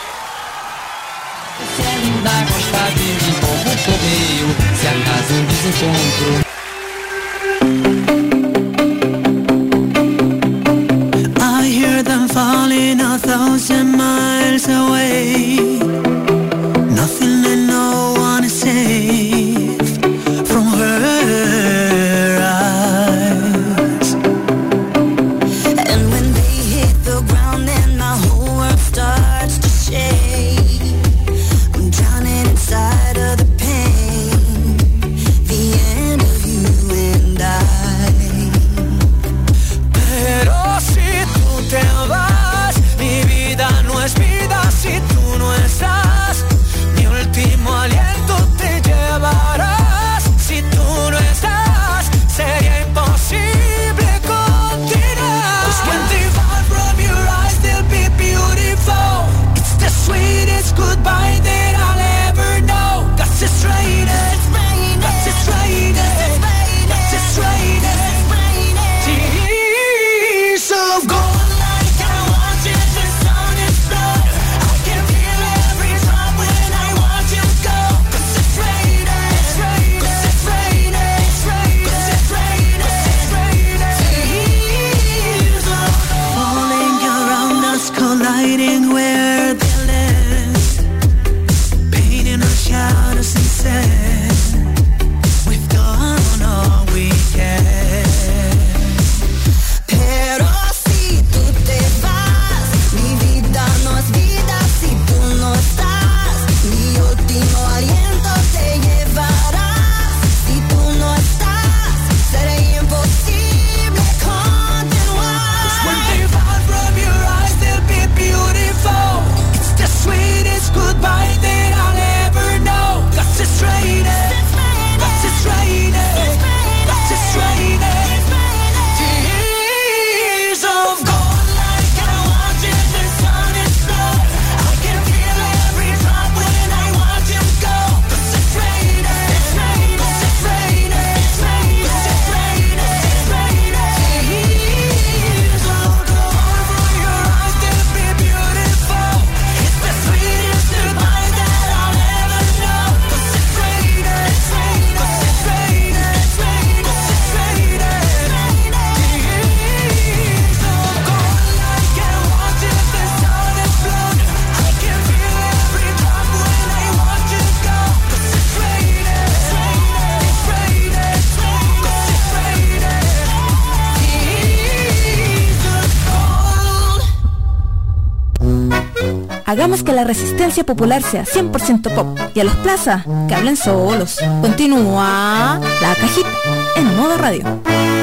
I hear them falling a thousand miles away. Nothing and no one is safe from her eyes. And when they hit the ground and my whole world starts to shake, I'm drowning inside of the pain, the end of you and I. Pero si tú te vas, mi vida no es vida si tú no estás. Mi último aliento te llevarás. Si tú no estás, sería imposible continuar. 'Cause when they fall from your eyes, they'll be beautiful. It's the sweetest goodbye that I'll ever know. 'Cause it's raining, 'cause it's raining, 'cause it's raining. Tears of gold like I want you, the sun is blood. I can feel every drop when I want you to go. 'Cause it's raining, it's raining, 'cause it's raining, it's raining, 'cause it's raining, it's raining. Tears of gold falling around us, colliding where they live, painting our shadows instead. We've done all we can. Pero si tú te vas, mi vida no es vida si tú no estás. Mi último aliento te llevarás. Si tú no estás, será imposible continuar. 'Cause when they fall from your eyes, they'll be beautiful. It's the sweetest goodbye that I'll ever know. 'Cause it's raining, 'cause it's raining, 'cause it's raining. Tears of gold like I want you, the sun is blood. I can feel every drop when I want you to go. 'Cause it's raining, it's raining, 'cause it's raining, it's raining, 'cause it's raining, it's raining. Tears of gold from your eyes, they'll be beautiful. It's the sweetest goodbye that I'll ever know. 'Cause it's raining, it's raining, 'cause it's raining, it's raining, 'cause it's raining. Tears of gold like I want you, the sun is blood. I can feel every drop when I want you to go. 'Cause it's raining, it's raining, it's raining, it's raining, 'cause it's raining. Tears of gold. Hagamos que la resistencia popular sea cien por ciento pop y a los Plaza que hablen solos. Continúa La Cajita en modo radio.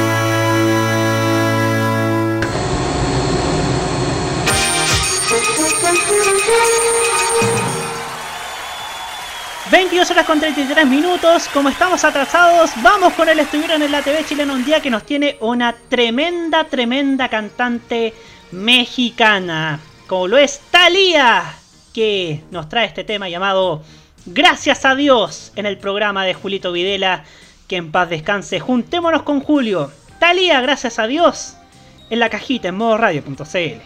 veintidós horas con treinta y tres minutos. Como estamos atrasados, vamos con el estuvieron en la T V chilena un día, que nos tiene una tremenda, tremenda cantante mexicana, como lo es Thalía, que nos trae este tema llamado Gracias a Dios en el programa de Julito Videla, que en paz descanse. Juntémonos con Julio. Thalía, Gracias a Dios, en La Cajita en modo radio punto c l.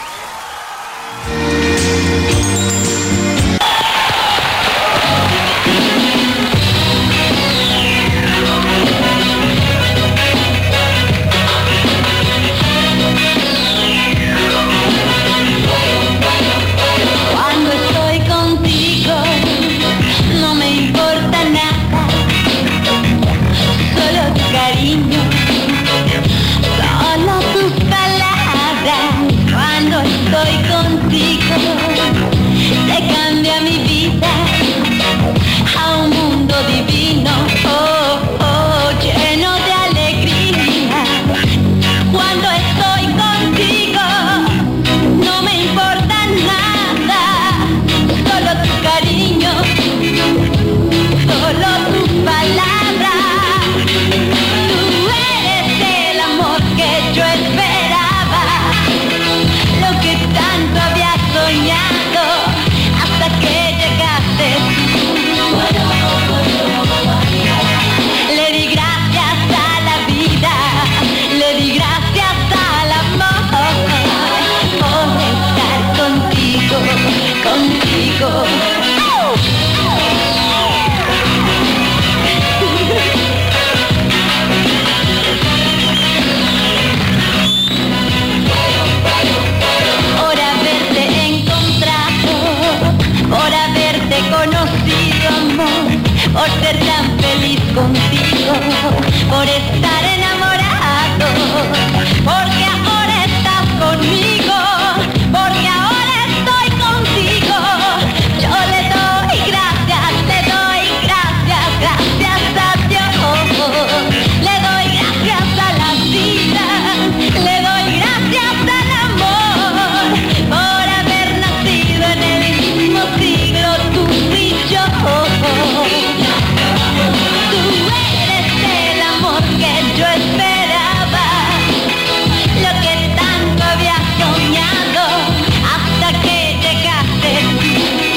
Cuando estoy contigo, no me importa nada, solo tu cariño, solo tus palabras. Cuando estoy contigo, se cambia mi vida a un mundo divino, oh, oh, lleno de alegría. Cuando estoy contigo, no me importa nada, solo tu cariño, solo tus palabras. Tú estar enamorado, porque ahora estás conmigo, porque ahora estoy contigo. Yo le doy gracias, le doy gracias, gracias a Dios. Le doy gracias a la vida, le doy gracias al amor, por haber nacido en el mismo siglo tú y yo. Tú eres el amor que yo esperaba, lo que tanto había soñado, hasta que llegaste tú.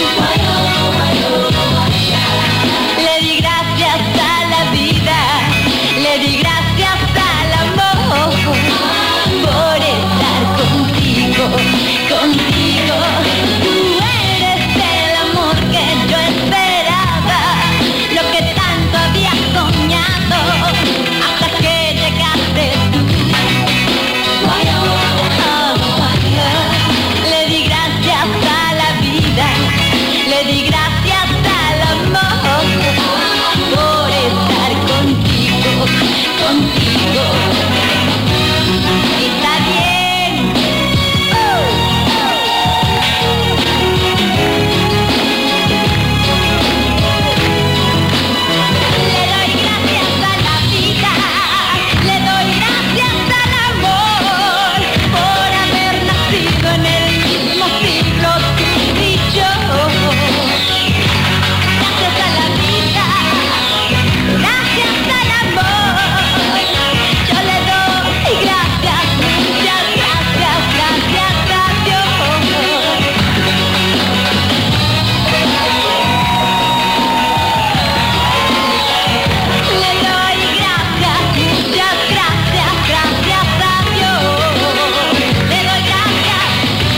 Le di gracias a la vida, le di gracias al amor, por estar contigo, contigo. Tú eres el amor que yo esperaba, lo que tanto había soñado, hasta que llegaste tú. Le di gracias a la vida, le di gracias al amor, por estar contigo, contigo. Está bien. Le doy gracias a la vida, le doy gracias al amor, por haber nacido en el mismo siglo tú y yo. Gracias a la vida, gracias al amor, yo le doy gracias, muchas gracias, gracias a Dios. Le doy gracias, muchas gracias, gracias a Dios. Le doy gracias,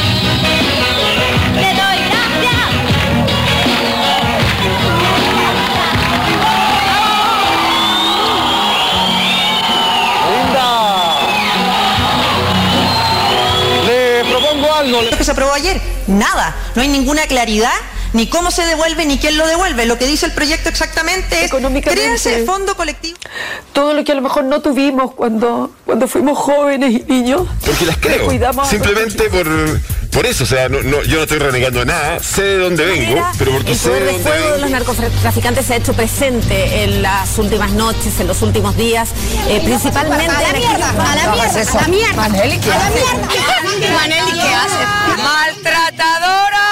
le doy gracias. Le propongo algo. Lo que se aprobó ayer, nada. No hay ninguna claridad, ni cómo se devuelve, ni quién lo devuelve. Lo que dice el proyecto exactamente es créase fondo colectivo. Todo lo que a lo mejor no tuvimos cuando, cuando fuimos jóvenes y niños. Porque las creo. Simplemente por, por eso. O sea, no, no, yo no estoy renegando nada. Sé de dónde vengo, pero porque El sé poder de de dónde fuego vengo. de los narcotraficantes se ha hecho presente en las últimas noches, en los últimos días, eh, principalmente A la en mierda, aquellos- a la No, mierda, ¿qué es eso? a la mierda. Maneli, ¿qué A la haces? mierda. Maneli, ¿qué haces? ¡Maltratadora!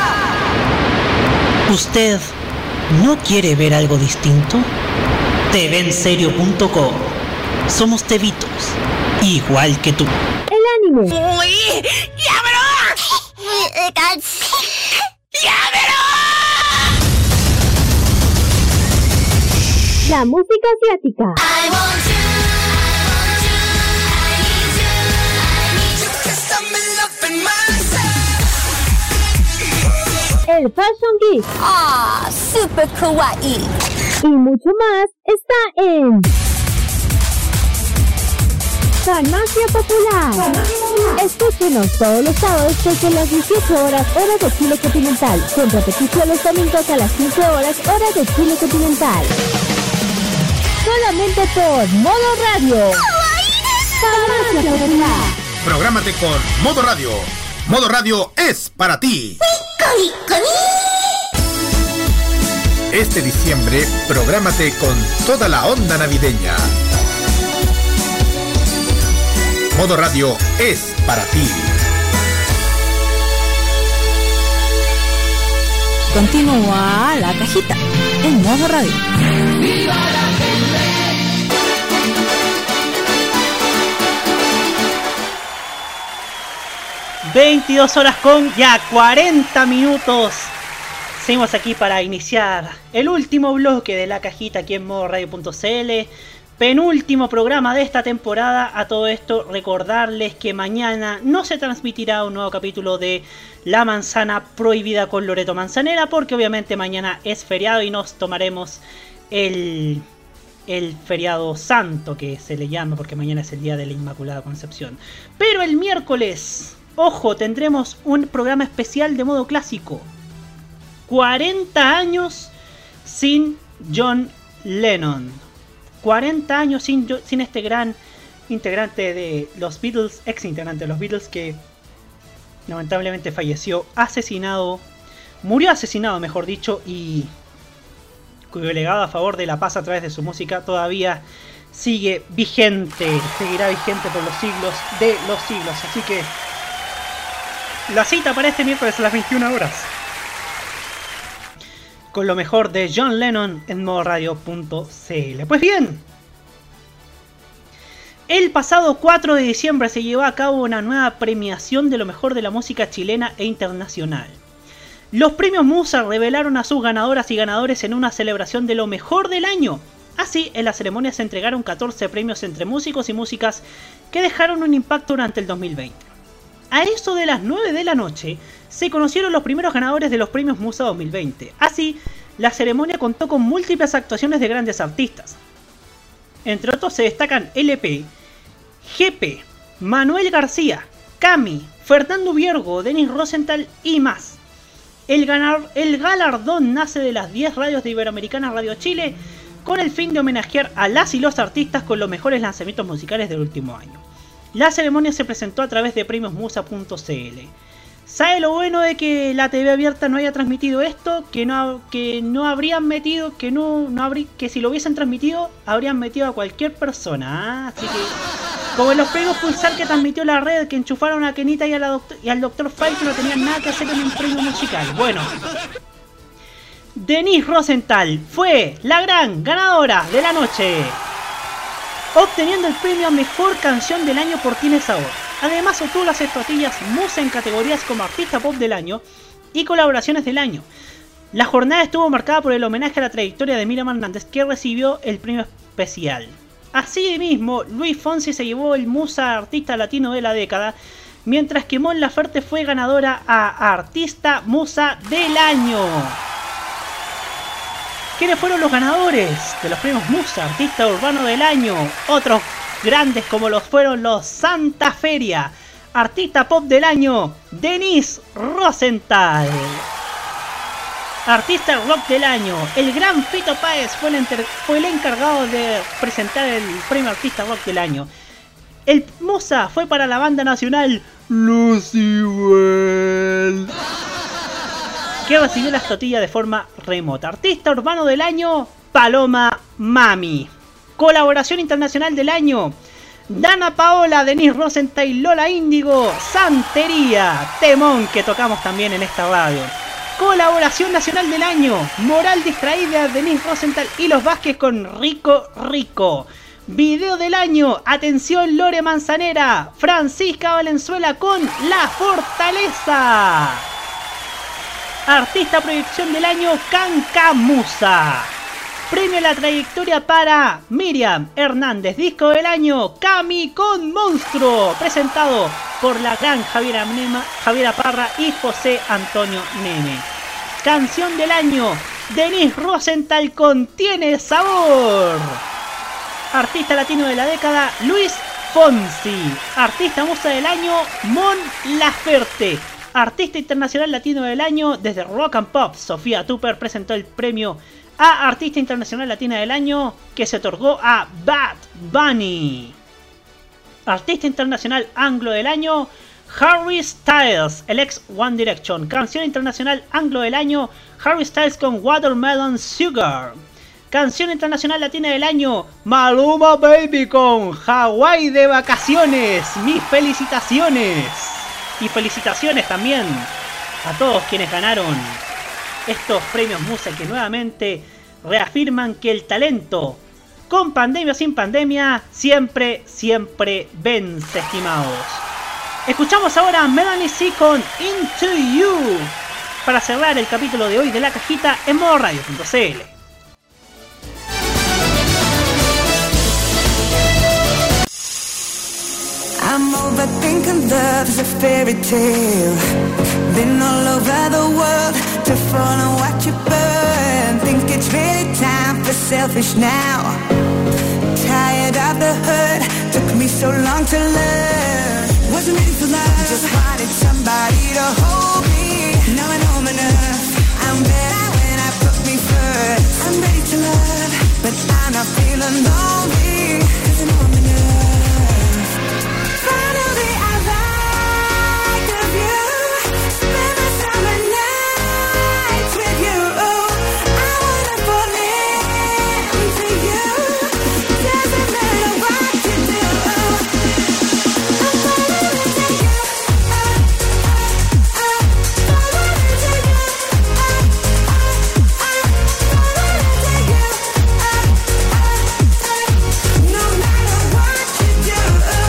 ¿Usted no quiere ver algo distinto? te ve en serio punto com. Somos tevitos, igual que tú. El anime. ¡Uy! ¡Llámelo! ¡Llámelo! La música asiática. El Fashion Geek. Ah, super kawaii. Y mucho más está en Farmacia Popular. Escúchenos todos los sábados desde las dieciocho horas hora de Chile continental, con repetición los domingos a las quince horas hora de Chile continental. Solamente por Modo Radio. Farmacia Popular. Prográmate con Modo Radio. Modo Radio es para ti. Este diciembre, prográmate con toda la onda navideña. Modo Radio es para ti. Continúa la cajita en Modo Radio. ¡Viva la gente! veintidós horas con ya cuarenta minutos. Seguimos aquí para iniciar el último bloque de la cajita aquí en modo radio punto c l. Penúltimo programa de esta temporada. A todo esto, recordarles que mañana no se transmitirá un nuevo capítulo de La Manzana Prohibida con Loreto Manzanera, porque obviamente mañana es feriado y nos tomaremos el, el feriado santo, que se le llama, porque mañana es el día de la Inmaculada Concepción. Pero el miércoles, ojo, tendremos un programa especial de modo clásico. cuarenta años sin John Lennon. cuarenta años sin, sin este gran integrante de los Beatles, ex integrante de los Beatles, que lamentablemente falleció asesinado, murió asesinado mejor dicho, y cuyo legado a favor de la paz a través de su música todavía sigue vigente, seguirá vigente por los siglos de los siglos. Así que la cita para este miércoles a las veintiuna horas, con lo mejor de John Lennon en modo radio punto c l. Pues bien, el pasado cuatro de diciembre se llevó a cabo una nueva premiación de lo mejor de la música chilena e internacional. Los premios Musa revelaron a sus ganadoras y ganadores en una celebración de lo mejor del año. Así, en la ceremonia se entregaron catorce premios entre músicos y músicas que dejaron un impacto durante el dos mil veinte. A eso de las nueve de la noche, se conocieron los primeros ganadores de los premios Musa dos mil veinte. Así, la ceremonia contó con múltiples actuaciones de grandes artistas. Entre otros se destacan L P, G P, Manuel García, Cami, Fernando Viergo, Denis Rosenthal y más. El, ganar, el galardón nace de las diez radios de Iberoamericana Radio Chile, con el fin de homenajear a las y los artistas con los mejores lanzamientos musicales del último año. La ceremonia se presentó a través de premios musa punto c l. ¿Sabe lo bueno de que la T V abierta no haya transmitido esto? Que no, que no habrían metido, que no, no habrí, que si lo hubiesen transmitido, habrían metido a cualquier persona. ¿eh? Así que, como en los premios Pulsar que transmitió la red, que enchufaron a Kenita y, a la doctor, y al doctor Fay, que no tenían nada que hacer en un premio musical. Bueno, Denis Rosenthal fue la gran ganadora de la noche, obteniendo el premio a Mejor Canción del Año por Tiene Sabor. Además obtuvo las estatuillas Musa en categorías como Artista Pop del Año y Colaboraciones del Año. La jornada estuvo marcada por el homenaje a la trayectoria de Miriam Hernández, que recibió el premio especial. Asimismo, Luis Fonsi se llevó el Musa Artista Latino de la Década, mientras que Mon Laferte fue ganadora a Artista Musa del Año. ¿Quiénes fueron los ganadores de los premios Musa Artista Urbano del Año? Otros grandes como los fueron los Santa Feria. Artista Pop del Año, Denis Rosenthal. Artista Rock del Año, el gran Fito Páez fue el, fue el encargado de presentar el premio Artista Rock del Año. El Musa fue para la banda nacional Lucibel, que recibió la estatuilla de forma remota. Artista Urbano del Año, Paloma Mami. Colaboración Internacional del Año, Dana Paola, Denis Rosenthal y Lola Índigo, Santería, temón que tocamos también en esta radio. Colaboración Nacional del Año, Moral Distraída, Denis Rosenthal y Los Vázquez con Rico Rico. Video del Año, atención Lore Manzanera, Francisca Valenzuela con La Fortaleza. Artista Proyección del Año, Cancamusa. Premio a la trayectoria para Miriam Hernández. Disco del Año, Cami con Monstruo, presentado por la gran Javiera, Nema, Javiera Parra y José Antonio Neme. Canción del Año, Denis Rosenthal con Tiene Sabor. Artista Latino de la Década, Luis Fonsi. Artista Musa del Año, Mon Laferte. Artista Internacional Latino del Año, desde Rock and Pop, Sofía Tupper presentó el premio a Artista Internacional Latina del Año, que se otorgó a Bad Bunny. Artista Internacional Anglo del Año, Harry Styles, el ex One Direction. Canción Internacional Anglo del Año, Harry Styles con Watermelon Sugar. Canción Internacional Latina del Año, Maluma Baby con Hawái de Vacaciones. Mis felicitaciones. Y felicitaciones también a todos quienes ganaron estos premios Musa, que nuevamente reafirman que el talento, con pandemia o sin pandemia, siempre, siempre vence, estimados. Escuchamos ahora a Melanie C con Into You para cerrar el capítulo de hoy de La Cajita en modo radio punto c l. I'm overthinking love's a fairy tale. Been all over the world to follow what you burn. Think it's really time for selfish now. Tired of the hurt, took me so long to learn. Wasn't ready for love, just wanted somebody to hold me. Now I know I'm enough, I'm better when I put me first. I'm ready to love, but I'm not feeling feeling lonely, 'cause I know I'm enough. Finally I like of you, spend the summer nights with you. I wanna fall into you, doesn't matter what you do. I'm falling into you, falling into you, no matter what you do.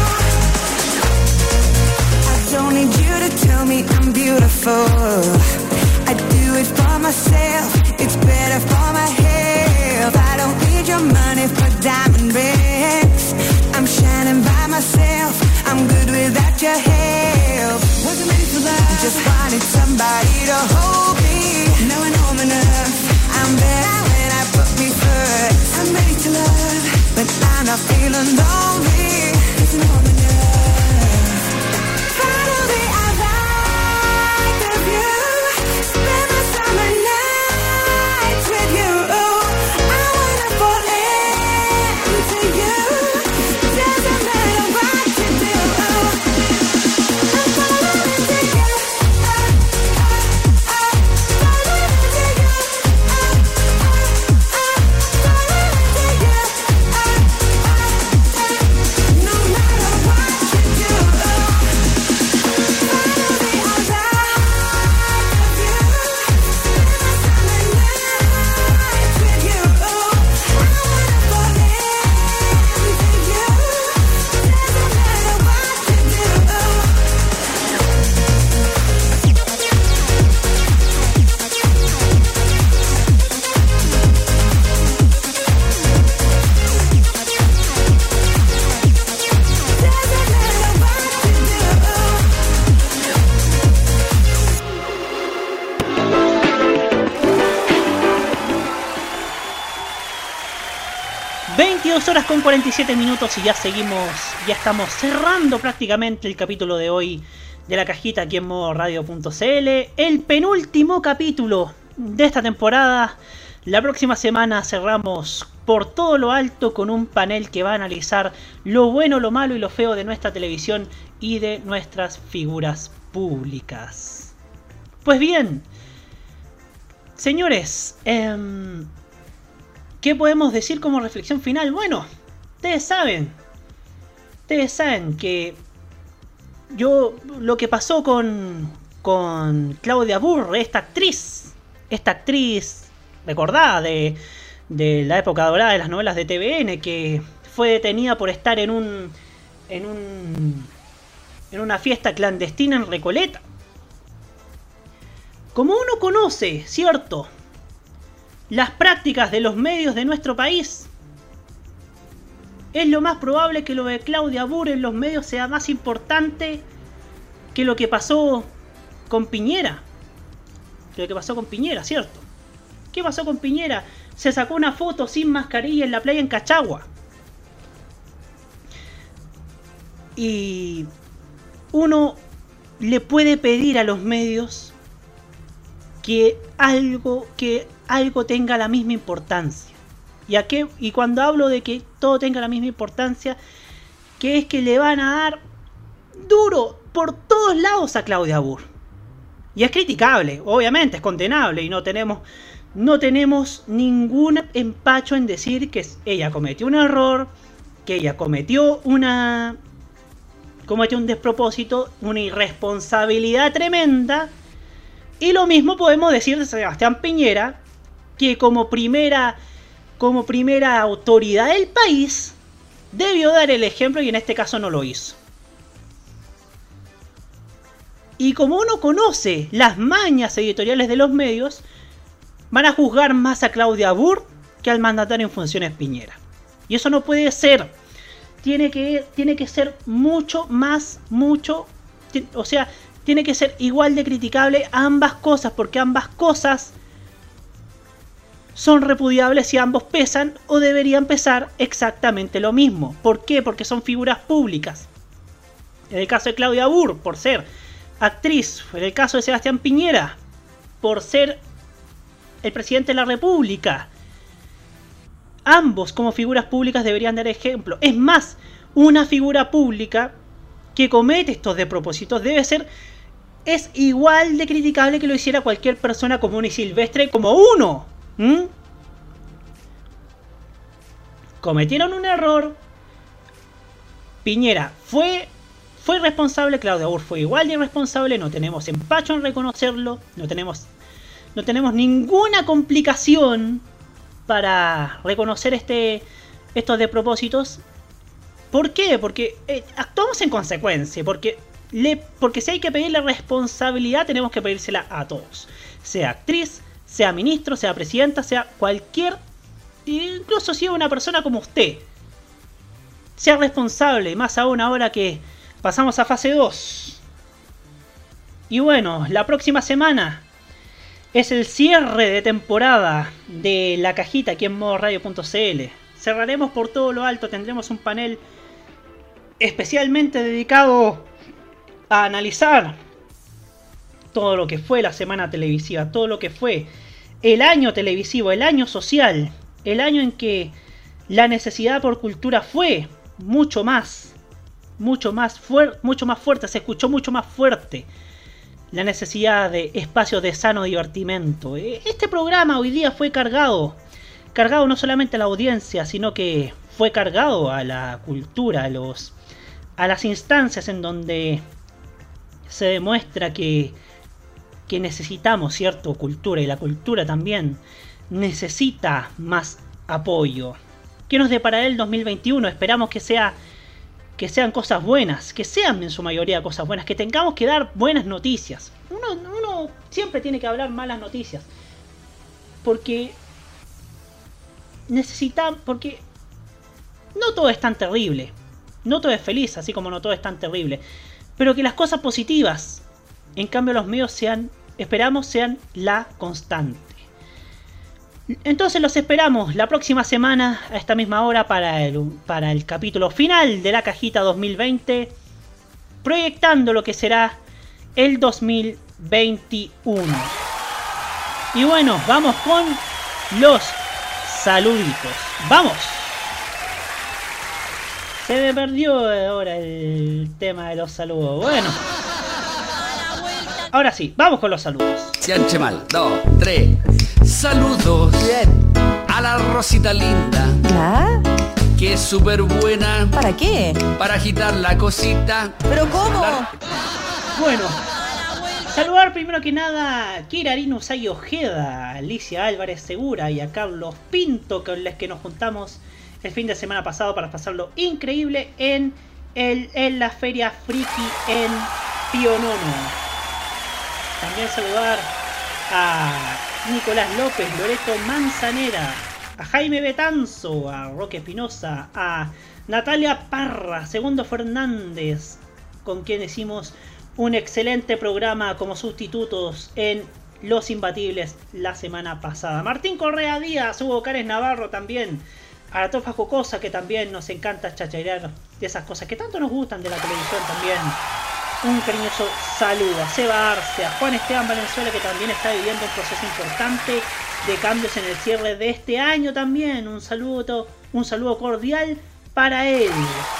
I don't need you to tell me I'm beautiful. I do it for myself. It's better for my health. I don't need your money for diamond rings. I'm shining by myself. I'm good without your help. Wasn't ready for love. Just wanted somebody to hold me. Now I know I'm enough. I'm better when I put me first. I'm ready to love, but I'm not feeling lonely, 'cause I know I'm enough. Finally I like of you, spend the summer nights with you. I wanna fall into you, doesn't matter what you do. I'm falling into you, falling into you, falling into you, no matter what you do. Finally I like of you, spend the summer nights with you. I wanna fall into you, doesn't matter what you do. veintidós horas con cuarenta y siete minutos y ya seguimos, ya estamos cerrando prácticamente el capítulo de hoy de La Cajita aquí en modo radio punto c l. El penúltimo capítulo de esta temporada. La próxima semana cerramos por todo lo alto con un panel que va a analizar lo bueno, lo malo y lo feo de nuestra televisión y de nuestras figuras públicas. Pues bien, señores, eh, ¿qué podemos decir como reflexión final? Bueno, ustedes saben, ustedes saben que yo, lo que pasó con, con Claudia Burr, esta actriz, esta actriz recordada de, de la época dorada de las novelas de T V N, que fue detenida por estar en un, en un, en una fiesta clandestina en Recoleta. Como uno conoce, ¿cierto?, las prácticas de los medios de nuestro país, es lo más probable que lo de Claudia Burr en los medios sea más importante que lo que pasó con Piñera. Que lo que pasó con Piñera, ¿cierto? ¿Qué pasó con Piñera? Se sacó una foto sin mascarilla en la playa en Cachagua. Y uno le puede pedir a los medios que algo, que algo tenga la misma importancia. ¿Y, a qué? Y cuando hablo de que todo tenga la misma importancia, que es que le van a dar duro por todos lados a Claudia Burr. Y es criticable, obviamente, es condenable, y no tenemos, no tenemos ningún empacho en decir que ella cometió un error, que ella cometió una cometió un despropósito, una irresponsabilidad tremenda. Y lo mismo podemos decir de Sebastián Piñera, que como primera, como primera autoridad del país debió dar el ejemplo y en este caso no lo hizo. Y como uno conoce las mañas editoriales de los medios, van a juzgar más a Claudia Burr que al mandatario en funciones Piñera. Y eso no puede ser. Tiene que, tiene que ser mucho más, mucho, o sea, tiene que ser igual de criticable a ambas cosas, porque ambas cosas son repudiables y ambos pesan o deberían pesar exactamente lo mismo. ¿Por qué? Porque son figuras públicas. En el caso de Claudia Burr, por ser actriz. En el caso de Sebastián Piñera, por ser el presidente de la República. ambos como figuras públicas deberían dar ejemplo. Es más, una figura pública que comete estos despropósitos debe ser, es igual de criticable que lo hiciera cualquier persona común y silvestre como uno. ¿Mm? Cometieron un error. Piñera fue, fue irresponsable, Claudia Burr fue igual de irresponsable, no tenemos empacho en reconocerlo, no tenemos, no tenemos ninguna complicación para reconocer este, estos despropósitos. ¿Por qué? Porque eh, actuamos en consecuencia, porque, le, porque si hay que pedirle responsabilidad tenemos que pedírsela a todos, sea actriz, sea ministro, sea presidenta, sea cualquier, incluso si es una persona como usted, sea responsable, más aún ahora que pasamos a fase dos. Y bueno, la próxima semana es el cierre de temporada de La Cajita aquí en modo radio punto c l. Cerraremos por todo lo alto, tendremos un panel especialmente dedicado a analizar todo lo que fue la semana televisiva, todo lo que fue el año televisivo, el año social, el año en que la necesidad por cultura fue mucho más, mucho más fuerte, mucho más fuerte, se escuchó mucho más fuerte la necesidad de espacios de sano divertimento. Este programa hoy día fue cargado, cargado no solamente a la audiencia, sino que fue cargado a la cultura, a los, a las instancias en donde se demuestra que, que necesitamos cierta cultura, y la cultura también necesita más apoyo. ¿Qué nos depara el dos mil veintiuno? Esperamos que sea, que sean cosas buenas, que sean en su mayoría cosas buenas, que tengamos que dar buenas noticias. Uno, uno siempre tiene que hablar malas noticias, porque necesitamos, porque no todo es tan terrible, no todo es feliz, así como no todo es tan terrible, pero que las cosas positivas, en cambio los medios sean, esperamos sean la constante. Entonces los esperamos la próxima semana a esta misma hora para el, para el capítulo final de La Cajita dos mil veinte, proyectando lo que será el dos mil veintiuno. Y bueno, vamos con los saluditos. ¡Vamos! Se me perdió ahora el tema de los saludos. Bueno, ahora sí, vamos con los saludos. Se anche mal, dos, tres. Saludos. Bien. A la Rosita linda. ¿Ya? Que es súper buena. ¿Para qué? Para agitar la cosita. ¿Pero cómo? La... Bueno, saludar primero que nada a Kirarino Usagi Ojeda, a Alicia Álvarez Segura y a Carlos Pinto, con los que nos juntamos el fin de semana pasado para pasarlo increíble en, el, en la Feria Friki en Pionono. También saludar a Nicolás López, Loreto Manzanera, a Jaime Betanzo, a Roque Espinosa, a Natalia Parra, Segundo Fernández, con quien hicimos un excelente programa como sustitutos en Los Imbatibles la semana pasada. Martín Correa Díaz, Hugo Cárez Navarro también, a la Tofa Jocosa, que también nos encanta chachairar de esas cosas que tanto nos gustan de la televisión también. Un cariñoso saludo a Seba Arce, a Juan Esteban Valenzuela, que también está viviendo un proceso importante de cambios en el cierre de este año también. Un saludo, un saludo cordial para él.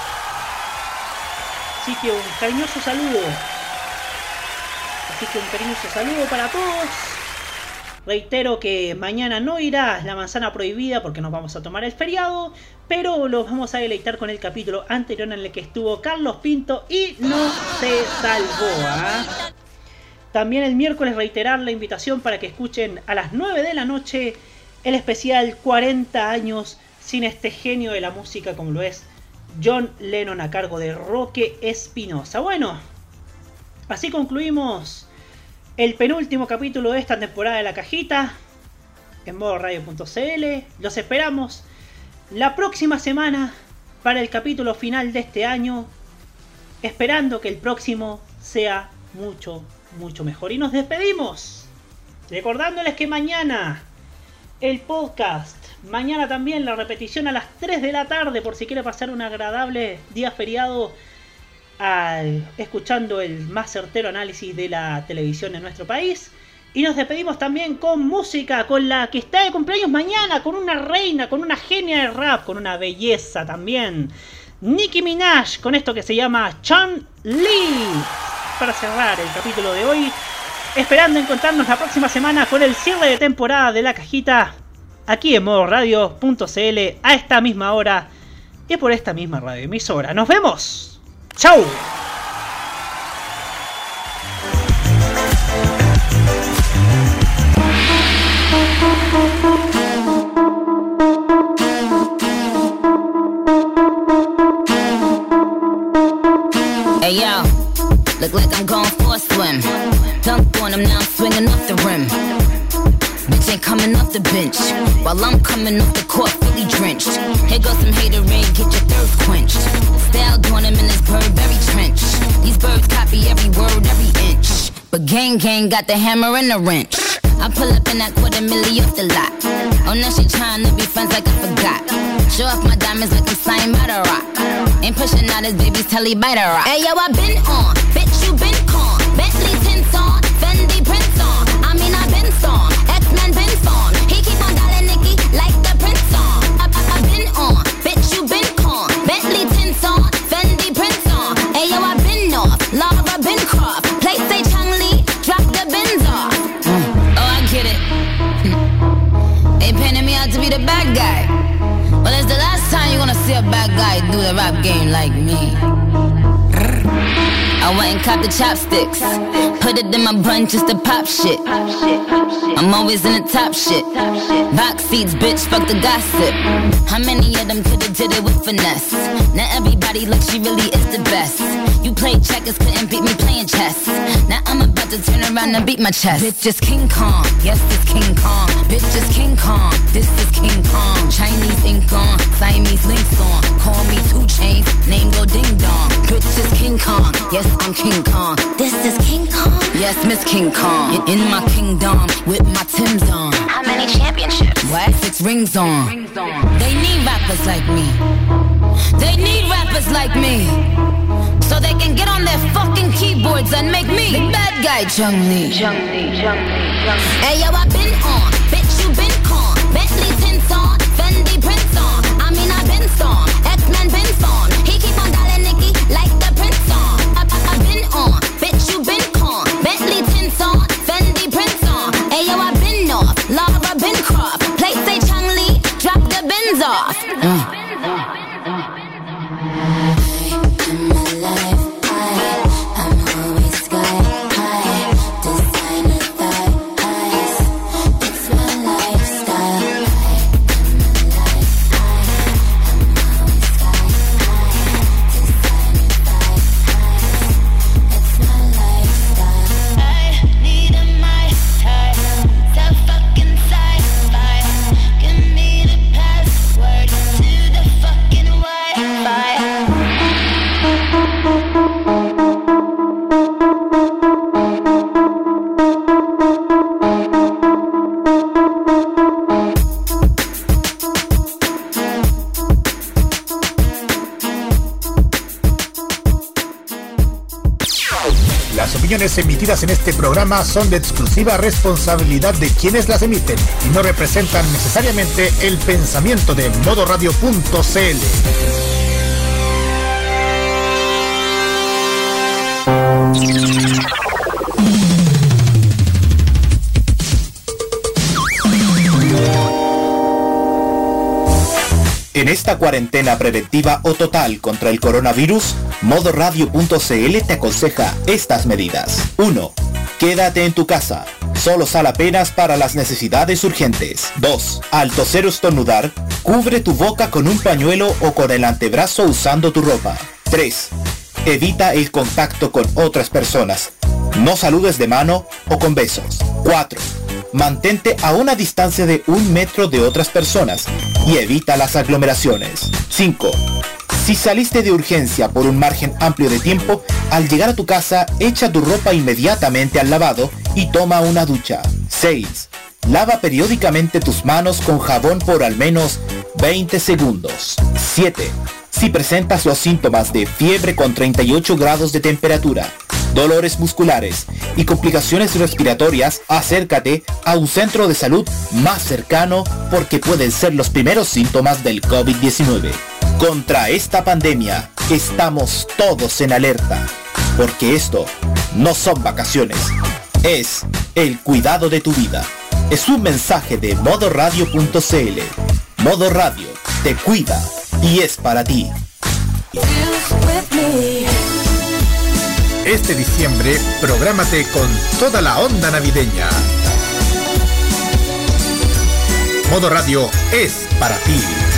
Así que un cariñoso saludo. Así que un cariñoso saludo para todos. Reitero que mañana no irá La Manzana Prohibida porque nos vamos a tomar el feriado, pero los vamos a deleitar con el capítulo anterior en el que estuvo Carlos Pinto y no se salvó. ¿eh? También el miércoles reiterar la invitación para que escuchen a las nueve de la noche el especial cuarenta años sin este genio de la música como lo es John Lennon, a cargo de Roque Espinosa. Bueno, así concluimos el penúltimo capítulo de esta temporada de La Cajita en modo radio punto c l. Los esperamos la próxima semana para el capítulo final de este año, esperando que el próximo sea mucho, mucho mejor. Y nos despedimos recordándoles que mañana el podcast, mañana también la repetición a las tres de la tarde, por si quiere pasar un agradable día feriado al, escuchando el más certero análisis de la televisión en nuestro país. Y nos despedimos también con música, con la que está de cumpleaños mañana, con una reina, con una genia de rap, con una belleza también. Nicki Minaj, con esto que se llama Chun-Li. Para cerrar el capítulo de hoy, esperando encontrarnos la próxima semana con el cierre de temporada de La Cajita, aquí en modo radio punto c l, a esta misma hora y por esta misma radioemisora. ¡Nos vemos! ¡Chau! Hey yo, look like I'm going for a swim. Dunk on him, now I'm swinging off the rim. Bitch ain't coming off the bench, while I'm coming off the court fully drenched. Here goes some haterade, get your thirst quenched. Style doing him in this Burberry trench. These birds copy every word, every inch, but gang gang got the hammer and the wrench. I pull up in that quarter milli off the lot. Oh, now she tryna be friends like I forgot. Show off my diamonds like I'm signed by the rock. Ain't pushing out his baby's telly by the rock. Hey yo, I been on, bitch you been con. Bentley tints on, Fendi prints on. I mean I been song, X-Men been song. He keep on dialing Nicki like the Prince song. I, I, I been on, bitch you been con. Bentley tints on, Fendi prints on. Hey yo, I been off, Laura been Croft. Place say Chun-Li, drop the bins off. Mm. Oh, I get it. They painted me out to be the bad guy. Well, it's the last time you're gonna see a bad guy do the rap game like me. I went and copped the chopsticks, put it in my bun just to pop shit. I'm always in the top shit. Box seats, bitch, fuck the gossip. How many of them could've did it with finesse? Now everybody like she really is the best. You played checkers, couldn't beat me playing chess. Now I'm about to turn around and beat my chest. Bitch is King Kong, yes this King Kong. Bitch is King Kong, this is King Kong. Chinese ink on, Siamese links on. Call me two chains, name go ding dong. Bitch is King Kong, yes I'm King Kong. This is King Kong, yes Miss King Kong. In my kingdom with my Timbs on. How many championships? What? Six rings on. Rings on. They need rappers like me. They need rappers like me, so they can get on their fucking keyboards and make me the bad guy Chun-Li. Chun-Li, Chun-Li, Chun-Li. Hey yo, I been on, bitch you been con. Bentley tints on, Fendi prints on. I mean I been song, X-Men been song. He keep on dialing Nicki like the Prince song. I, I, I been on, bitch you been con. Bentley tints on, Fendi prints on. Hey yo, I been off, Laura been Croft. Place say Chun-Li, drop the bins off. Mm. Emitidas en este programa son de exclusiva responsabilidad de quienes las emiten y no representan necesariamente el pensamiento de modo radio punto c l. En esta cuarentena preventiva o total contra el coronavirus, modo radio punto c l te aconseja estas medidas. uno. Quédate en tu casa. Solo sal apenas para las necesidades urgentes. dos. Al toser o estornudar, cubre tu boca con un pañuelo o con el antebrazo usando tu ropa. tres. Evita el contacto con otras personas. No saludes de mano o con besos. cuatro. Mantente a una distancia de un metro de otras personas y evita las aglomeraciones. cinco. Si saliste de urgencia por un margen amplio de tiempo, al llegar a tu casa, echa tu ropa inmediatamente al lavado y toma una ducha. seis. Lava periódicamente tus manos con jabón por al menos veinte segundos. siete. Si presentas los síntomas de fiebre con treinta y ocho grados de temperatura, dolores musculares y complicaciones respiratorias, acércate a un centro de salud más cercano porque pueden ser los primeros síntomas del COVID diecinueve. Contra esta pandemia estamos todos en alerta, porque esto no son vacaciones, es el cuidado de tu vida. Es un mensaje de modo radio punto c l. Modo Radio te cuida y es para ti. Este diciembre, prográmate con toda la onda navideña. Modo Radio es para ti.